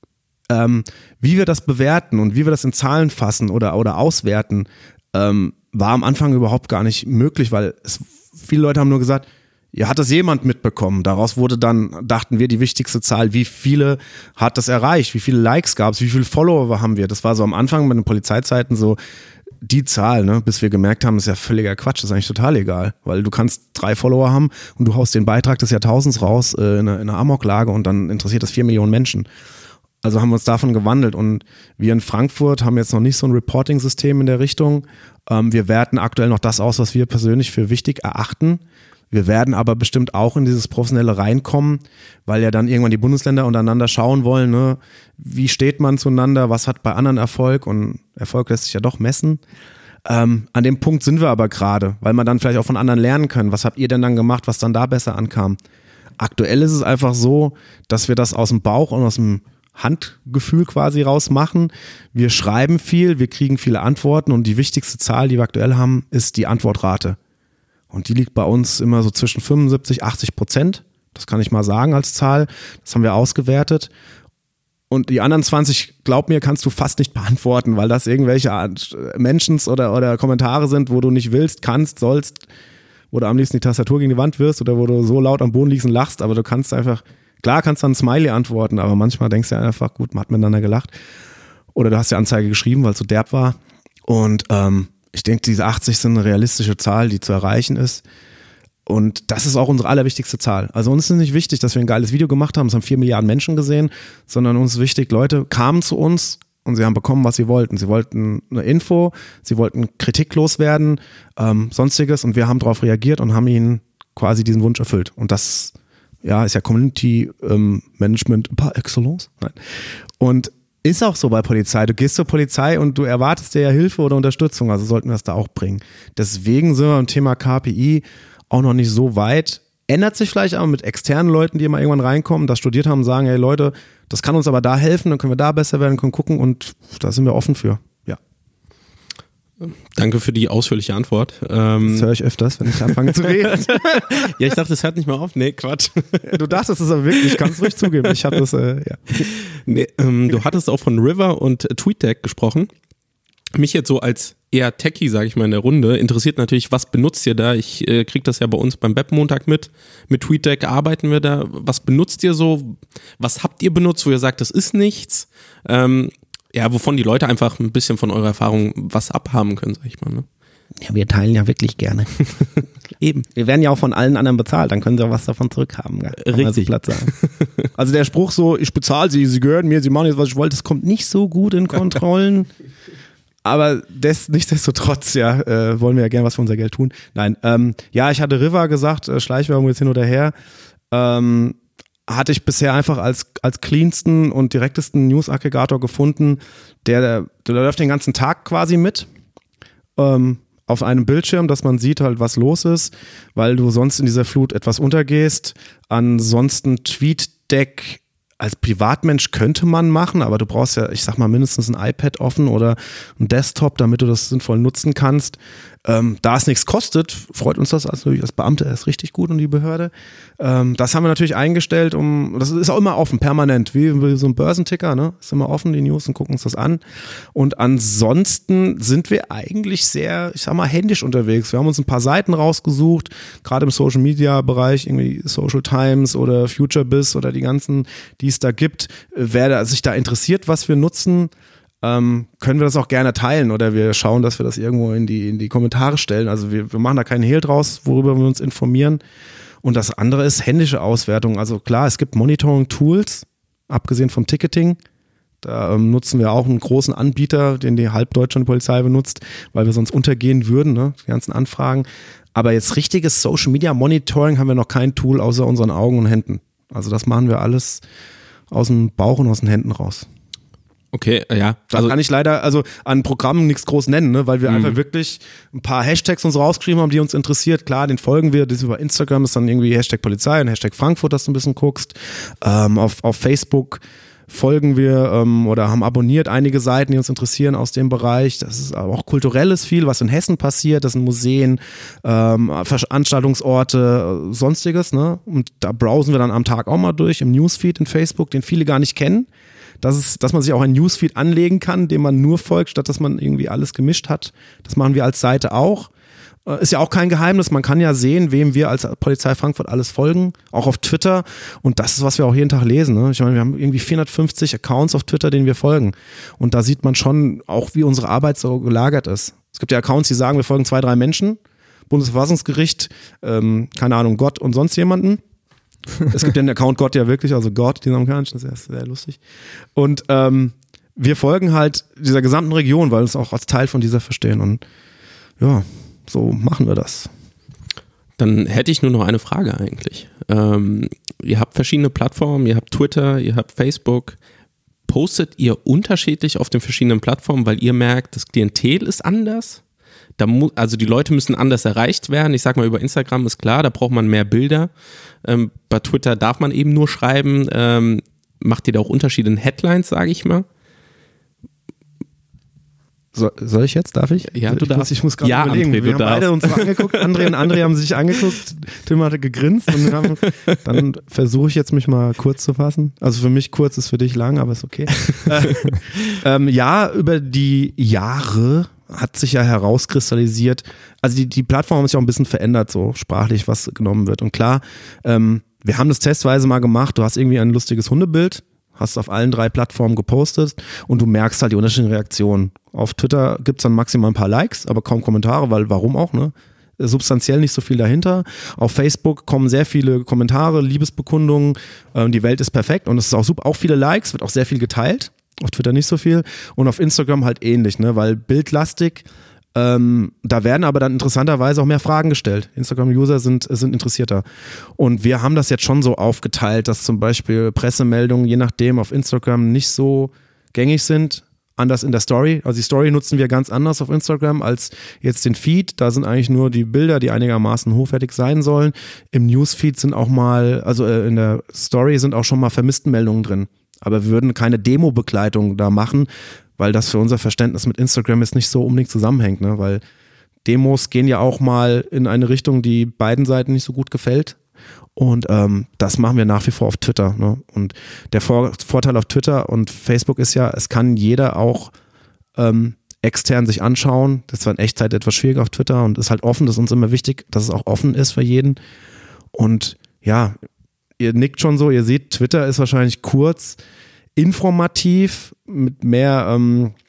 wie wir das bewerten und wie wir das in Zahlen fassen oder auswerten, war am Anfang überhaupt gar nicht möglich, weil viele Leute haben nur gesagt, ja, hat das jemand mitbekommen? Daraus wurde dann, dachten wir, die wichtigste Zahl, wie viele hat das erreicht? Wie viele Likes gab es? Wie viele Follower haben wir? Das war so am Anfang bei den Polizeizeiten so die Zahl, ne? Bis wir gemerkt haben, das ist ja völliger Quatsch, das ist eigentlich total egal, weil du kannst 3 Follower haben und du haust den Beitrag des Jahrtausends raus in einer Amoklage und dann interessiert das 4 Millionen Menschen. Also haben wir uns davon gewandelt und wir in Frankfurt haben jetzt noch nicht so ein Reporting-System in der Richtung. Wir werten aktuell noch das aus, was wir persönlich für wichtig erachten. Wir werden aber bestimmt auch in dieses Professionelle reinkommen, weil ja dann irgendwann die Bundesländer untereinander schauen wollen, ne? Wie steht man zueinander, was hat bei anderen Erfolg und Erfolg lässt sich ja doch messen. An dem Punkt sind wir aber gerade, weil man dann vielleicht auch von anderen lernen können. Was habt ihr denn dann gemacht, was dann da besser ankam? Aktuell ist es einfach so, dass wir das aus dem Bauch und aus dem Handgefühl quasi raus machen. Wir schreiben viel, wir kriegen viele Antworten und die wichtigste Zahl, die wir aktuell haben, ist die Antwortrate. Und die liegt bei uns immer so zwischen 75-80%. Das kann ich mal sagen als Zahl. Das haben wir ausgewertet. Und die anderen 20, glaub mir, kannst du fast nicht beantworten, weil das irgendwelche Mentions oder Kommentare sind, wo du nicht willst, kannst, sollst, wo du am liebsten die Tastatur gegen die Wand wirst oder wo du so laut am Boden liegst und lachst, aber du kannst einfach, klar kannst du ein Smiley antworten, aber manchmal denkst du einfach, gut, man hat miteinander gelacht. Oder du hast die Anzeige geschrieben, weil es so derb war. Und ich denke, diese 80 sind eine realistische Zahl, die zu erreichen ist. Und das ist auch unsere allerwichtigste Zahl. Also uns ist nicht wichtig, dass wir ein geiles Video gemacht haben, es haben 4 Milliarden Menschen gesehen, sondern uns ist wichtig, Leute kamen zu uns und sie haben bekommen, was sie wollten. Sie wollten eine Info, sie wollten kritiklos werden, sonstiges und wir haben darauf reagiert und haben ihnen quasi diesen Wunsch erfüllt. Und das ist ja Community Management par excellence. Nein. Und ist auch so bei Polizei. Du gehst zur Polizei und du erwartest dir ja Hilfe oder Unterstützung, also sollten wir das da auch bringen. Deswegen sind wir beim Thema KPI auch noch nicht so weit. Ändert sich vielleicht aber mit externen Leuten, die immer irgendwann reinkommen, das studiert haben, sagen, hey Leute, das kann uns aber da helfen, dann können wir da besser werden, können gucken und da sind wir offen für. Ja. Danke für die ausführliche Antwort. Das höre ich öfters, wenn ich anfange zu reden. Ja, ich dachte, es hört nicht mehr auf. Nee, Quatsch. Du dachtest es aber wirklich, ich kann es ruhig zugeben. Ich habe das, ja. Nee, du hattest auch von River und TweetDeck gesprochen. Mich jetzt so als eher Techie, sage ich mal in der Runde, interessiert natürlich, was benutzt ihr da? Ich kriege das ja bei uns beim Webmontag mit. Mit TweetDeck arbeiten wir da. Was benutzt ihr so? Was habt ihr benutzt, wo ihr sagt, das ist nichts? Wovon die Leute einfach ein bisschen von eurer Erfahrung was abhaben können, sag ich mal. Ne? Ja, wir teilen ja wirklich gerne. Eben. Wir werden ja auch von allen anderen bezahlt, dann können sie auch was davon zurückhaben. Richtig. Platt sagen. Also der Spruch so, ich bezahle sie, sie gehören mir, sie machen jetzt, was ich wollte, das kommt nicht so gut in Kontrollen. Aber nichtsdestotrotz, wollen wir ja gerne was für unser Geld tun. Nein, ich hatte River gesagt, Schleichwerbung jetzt hin oder her, hatte ich bisher einfach als cleansten und direktesten News-Aggregator gefunden, der läuft den ganzen Tag quasi mit. auf einem Bildschirm, dass man sieht halt, was los ist, weil du sonst in dieser Flut etwas untergehst. Ansonsten TweetDeck als Privatmensch könnte man machen, aber du brauchst ja, ich sag mal, mindestens ein iPad offen oder ein Desktop, damit du das sinnvoll nutzen kannst. Da es nichts kostet, freut uns das also als Beamte erst richtig gut und die Behörde. Das haben wir natürlich eingestellt, das ist auch immer offen, permanent, wie so ein Börsenticker, ne? Ist immer offen, die News, und gucken uns das an. Und ansonsten sind wir eigentlich sehr, ich sag mal, händisch unterwegs. Wir haben uns ein paar Seiten rausgesucht, gerade im Social-Media-Bereich, irgendwie Social Times oder FutureBiz oder die ganzen, die es da gibt. Wer sich da interessiert, was wir nutzen, können wir das auch gerne teilen oder wir schauen, dass wir das irgendwo in die Kommentare stellen. Also wir machen da keinen Hehl draus, worüber wir uns informieren. Und das andere ist händische Auswertung. Also klar, es gibt Monitoring-Tools, abgesehen vom Ticketing. Da nutzen wir auch einen großen Anbieter, den die halb Deutschland Polizei benutzt, weil wir sonst untergehen würden, ne? Die ganzen Anfragen. Aber jetzt richtiges Social-Media-Monitoring haben wir noch kein Tool außer unseren Augen und Händen. Also das machen wir alles aus dem Bauch und aus den Händen raus. Okay, ja. Da kann ich leider an Programmen nichts groß nennen, ne, weil wir einfach wirklich ein paar Hashtags uns rausgeschrieben haben, die uns interessiert. Klar, den folgen wir, das ist über Instagram, ist dann irgendwie Hashtag Polizei und Hashtag Frankfurt, dass du ein bisschen guckst. Auf Facebook folgen wir oder haben abonniert einige Seiten, die uns interessieren aus dem Bereich. Das ist aber auch kulturelles viel, was in Hessen passiert. Das sind Museen, Veranstaltungsorte, sonstiges, ne? Und da browsen wir dann am Tag auch mal durch im Newsfeed in Facebook, den viele gar nicht kennen. Dass man sich auch ein Newsfeed anlegen kann, dem man nur folgt, statt dass man irgendwie alles gemischt hat. Das machen wir als Seite auch. Ist ja auch kein Geheimnis, man kann ja sehen, wem wir als Polizei Frankfurt alles folgen, auch auf Twitter, und das ist, was wir auch jeden Tag lesen, ne? Ich meine, wir haben irgendwie 450 Accounts auf Twitter, denen wir folgen, und da sieht man schon auch, wie unsere Arbeit so gelagert ist. Es gibt ja Accounts, die sagen, wir folgen 2, 3 Menschen, Bundesverfassungsgericht, keine Ahnung, Gott und sonst jemanden. Es gibt ja den Account Gott ja wirklich, also Gott, den amerikanischen, das ist sehr lustig. Und wir folgen halt dieser gesamten Region, weil wir uns auch als Teil von dieser verstehen, und ja, so machen wir das. Dann hätte ich nur noch eine Frage eigentlich. Ihr habt verschiedene Plattformen, ihr habt Twitter, ihr habt Facebook. Postet ihr unterschiedlich auf den verschiedenen Plattformen, weil ihr merkt, das Klientel ist anders? Also die Leute müssen anders erreicht werden. Ich sag mal, über Instagram ist klar, da braucht man mehr Bilder. Bei Twitter darf man eben nur schreiben. Macht ihr da auch Unterschiede in Headlines, sage ich mal? Soll ich jetzt? Darf ich? Ja, du darfst. Ich muss gerade überlegen. André, wir haben beide uns angeguckt. André und André haben sich angeguckt. Tim hatte gegrinst. Und dann versuche ich jetzt, mich mal kurz zu fassen. Also für mich kurz, ist für dich lang, aber ist okay. Ja, über die Jahre hat sich ja herauskristallisiert, also die Plattform haben sich auch ein bisschen verändert, so sprachlich, was genommen wird. Und klar, wir haben das testweise mal gemacht, du hast irgendwie ein lustiges Hundebild, hast auf allen 3 Plattformen gepostet und du merkst halt die unterschiedlichen Reaktionen. Auf Twitter gibt es dann maximal ein paar Likes, aber kaum Kommentare, weil warum auch, ne? Substanziell nicht so viel dahinter. Auf Facebook kommen sehr viele Kommentare, Liebesbekundungen, die Welt ist perfekt, und es ist auch super, auch viele Likes, wird auch sehr viel geteilt. Auf Twitter nicht so viel, und auf Instagram halt ähnlich, ne, weil bildlastig, da werden aber dann interessanterweise auch mehr Fragen gestellt. Instagram-User sind interessierter. Und wir haben das jetzt schon so aufgeteilt, dass zum Beispiel Pressemeldungen, je nachdem, auf Instagram nicht so gängig sind, anders in der Story. Also die Story nutzen wir ganz anders auf Instagram als jetzt den Feed. Da sind eigentlich nur die Bilder, die einigermaßen hochwertig sein sollen. Im Newsfeed sind auch mal, also in der Story sind auch schon mal Vermisstenmeldungen drin. Aber wir würden keine Demo-Begleitung da machen, weil das für unser Verständnis mit Instagram jetzt nicht so unbedingt zusammenhängt, ne? Weil Demos gehen ja auch mal in eine Richtung, die beiden Seiten nicht so gut gefällt. Und das machen wir nach wie vor auf Twitter, ne? Und der Vorteil auf Twitter und Facebook ist ja, es kann jeder auch extern sich anschauen. Das war in Echtzeit etwas schwieriger auf Twitter und ist halt offen. Das ist uns immer wichtig, dass es auch offen ist für jeden. Und ja, ihr nickt schon so, ihr seht, Twitter ist wahrscheinlich kurz, informativ, mit mehr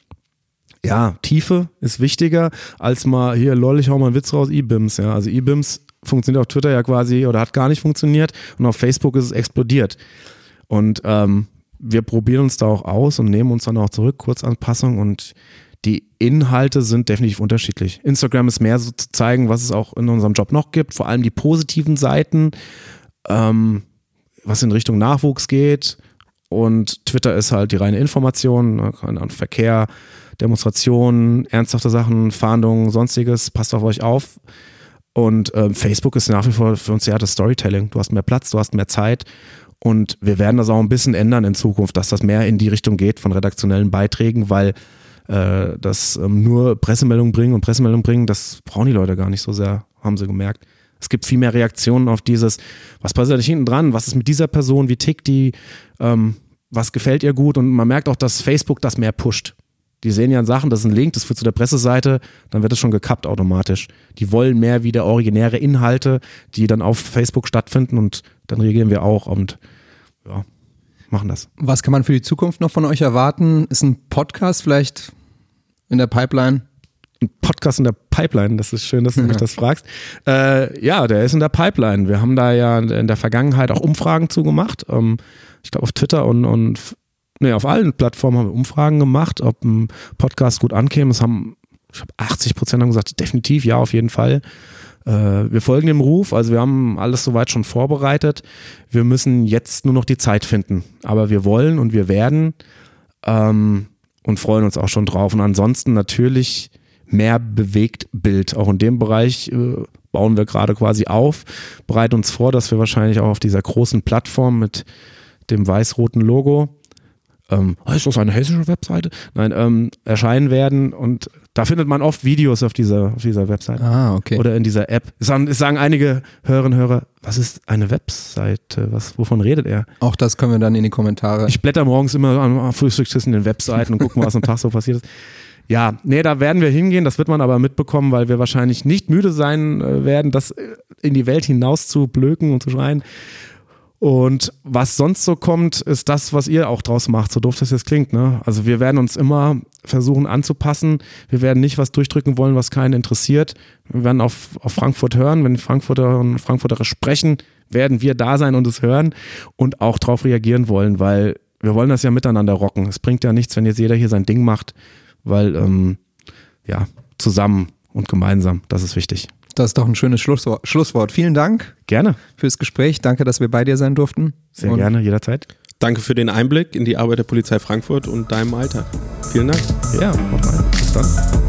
Tiefe ist wichtiger, als mal hier, lol, ich hau mal einen Witz raus, IBIMS, ja. Also IBIMS funktioniert auf Twitter ja quasi oder hat gar nicht funktioniert, und auf Facebook ist es explodiert. Und wir probieren uns da auch aus und nehmen uns dann auch zurück, Kurzanpassung, und die Inhalte sind definitiv unterschiedlich. Instagram ist mehr so zu zeigen, was es auch in unserem Job noch gibt, vor allem die positiven Seiten, was in Richtung Nachwuchs geht, und Twitter ist halt die reine Information, Verkehr, Demonstrationen, ernsthafte Sachen, Fahndungen, sonstiges, passt auf euch auf. Und Facebook ist nach wie vor für uns ja das Storytelling. Du hast mehr Platz, du hast mehr Zeit und wir werden das auch ein bisschen ändern in Zukunft, dass das mehr in die Richtung geht von redaktionellen Beiträgen, weil das nur Pressemeldungen bringen, das brauchen die Leute gar nicht so sehr, haben sie gemerkt. Es gibt viel mehr Reaktionen auf dieses, was passiert eigentlich hinten dran, was ist mit dieser Person, wie tickt die, was gefällt ihr gut, und man merkt auch, dass Facebook das mehr pusht. Die sehen ja Sachen, das ist ein Link, das führt zu der Presseseite, dann wird es schon gekappt automatisch. Die wollen mehr wieder originäre Inhalte, die dann auf Facebook stattfinden, und dann reagieren wir auch und ja, machen das. Was kann man für die Zukunft noch von euch erwarten? Ist ein Podcast vielleicht in der Pipeline? Ein Podcast in der Pipeline, das ist schön, dass du mich das fragst. Ja, der ist in der Pipeline. Wir haben da ja in der Vergangenheit auch Umfragen zugemacht. Ich glaube auf Twitter und auf allen Plattformen haben wir Umfragen gemacht, ob ein Podcast gut ankäme. Ich glaube 80% haben gesagt, definitiv, ja, auf jeden Fall. Wir folgen dem Ruf, also wir haben alles soweit schon vorbereitet. Wir müssen jetzt nur noch die Zeit finden. Aber wir wollen und wir werden und freuen uns auch schon drauf. Und ansonsten natürlich mehr Bewegtbild. Auch in dem Bereich bauen wir gerade quasi auf, bereiten uns vor, dass wir wahrscheinlich auch auf dieser großen Plattform mit dem weiß-roten Logo, ist das eine hessische Webseite? Nein, erscheinen werden, und da findet man oft Videos auf dieser Webseite. Ah, okay. Oder in dieser App. Es sagen einige Hörerinnen und Hörer, was ist eine Webseite? Wovon redet er? Auch das können wir dann in die Kommentare. Ich blätter morgens immer am Frühstückstisch in den Webseiten und gucke mal, was am Tag so passiert ist. Ja, nee, da werden wir hingehen, das wird man aber mitbekommen, weil wir wahrscheinlich nicht müde sein werden, das in die Welt hinaus zu blöken und zu schreien. Und was sonst so kommt, ist das, was ihr auch draus macht, so doof das jetzt klingt, ne? Also wir werden uns immer versuchen anzupassen, wir werden nicht was durchdrücken wollen, was keinen interessiert. Wir werden auf Frankfurt hören, wenn Frankfurter und Frankfurter sprechen, werden wir da sein und es hören und auch drauf reagieren wollen, weil wir wollen das ja miteinander rocken. Es bringt ja nichts, wenn jetzt jeder hier sein Ding macht, weil zusammen und gemeinsam, das ist wichtig. Das ist doch ein schönes Schlusswort. Vielen Dank. Gerne. Fürs Gespräch. Danke, dass wir bei dir sein durften. Sehr gerne, jederzeit. Danke für den Einblick in die Arbeit der Polizei Frankfurt und deinem Alltag. Vielen Dank. Ja, mach mal. Bis dann.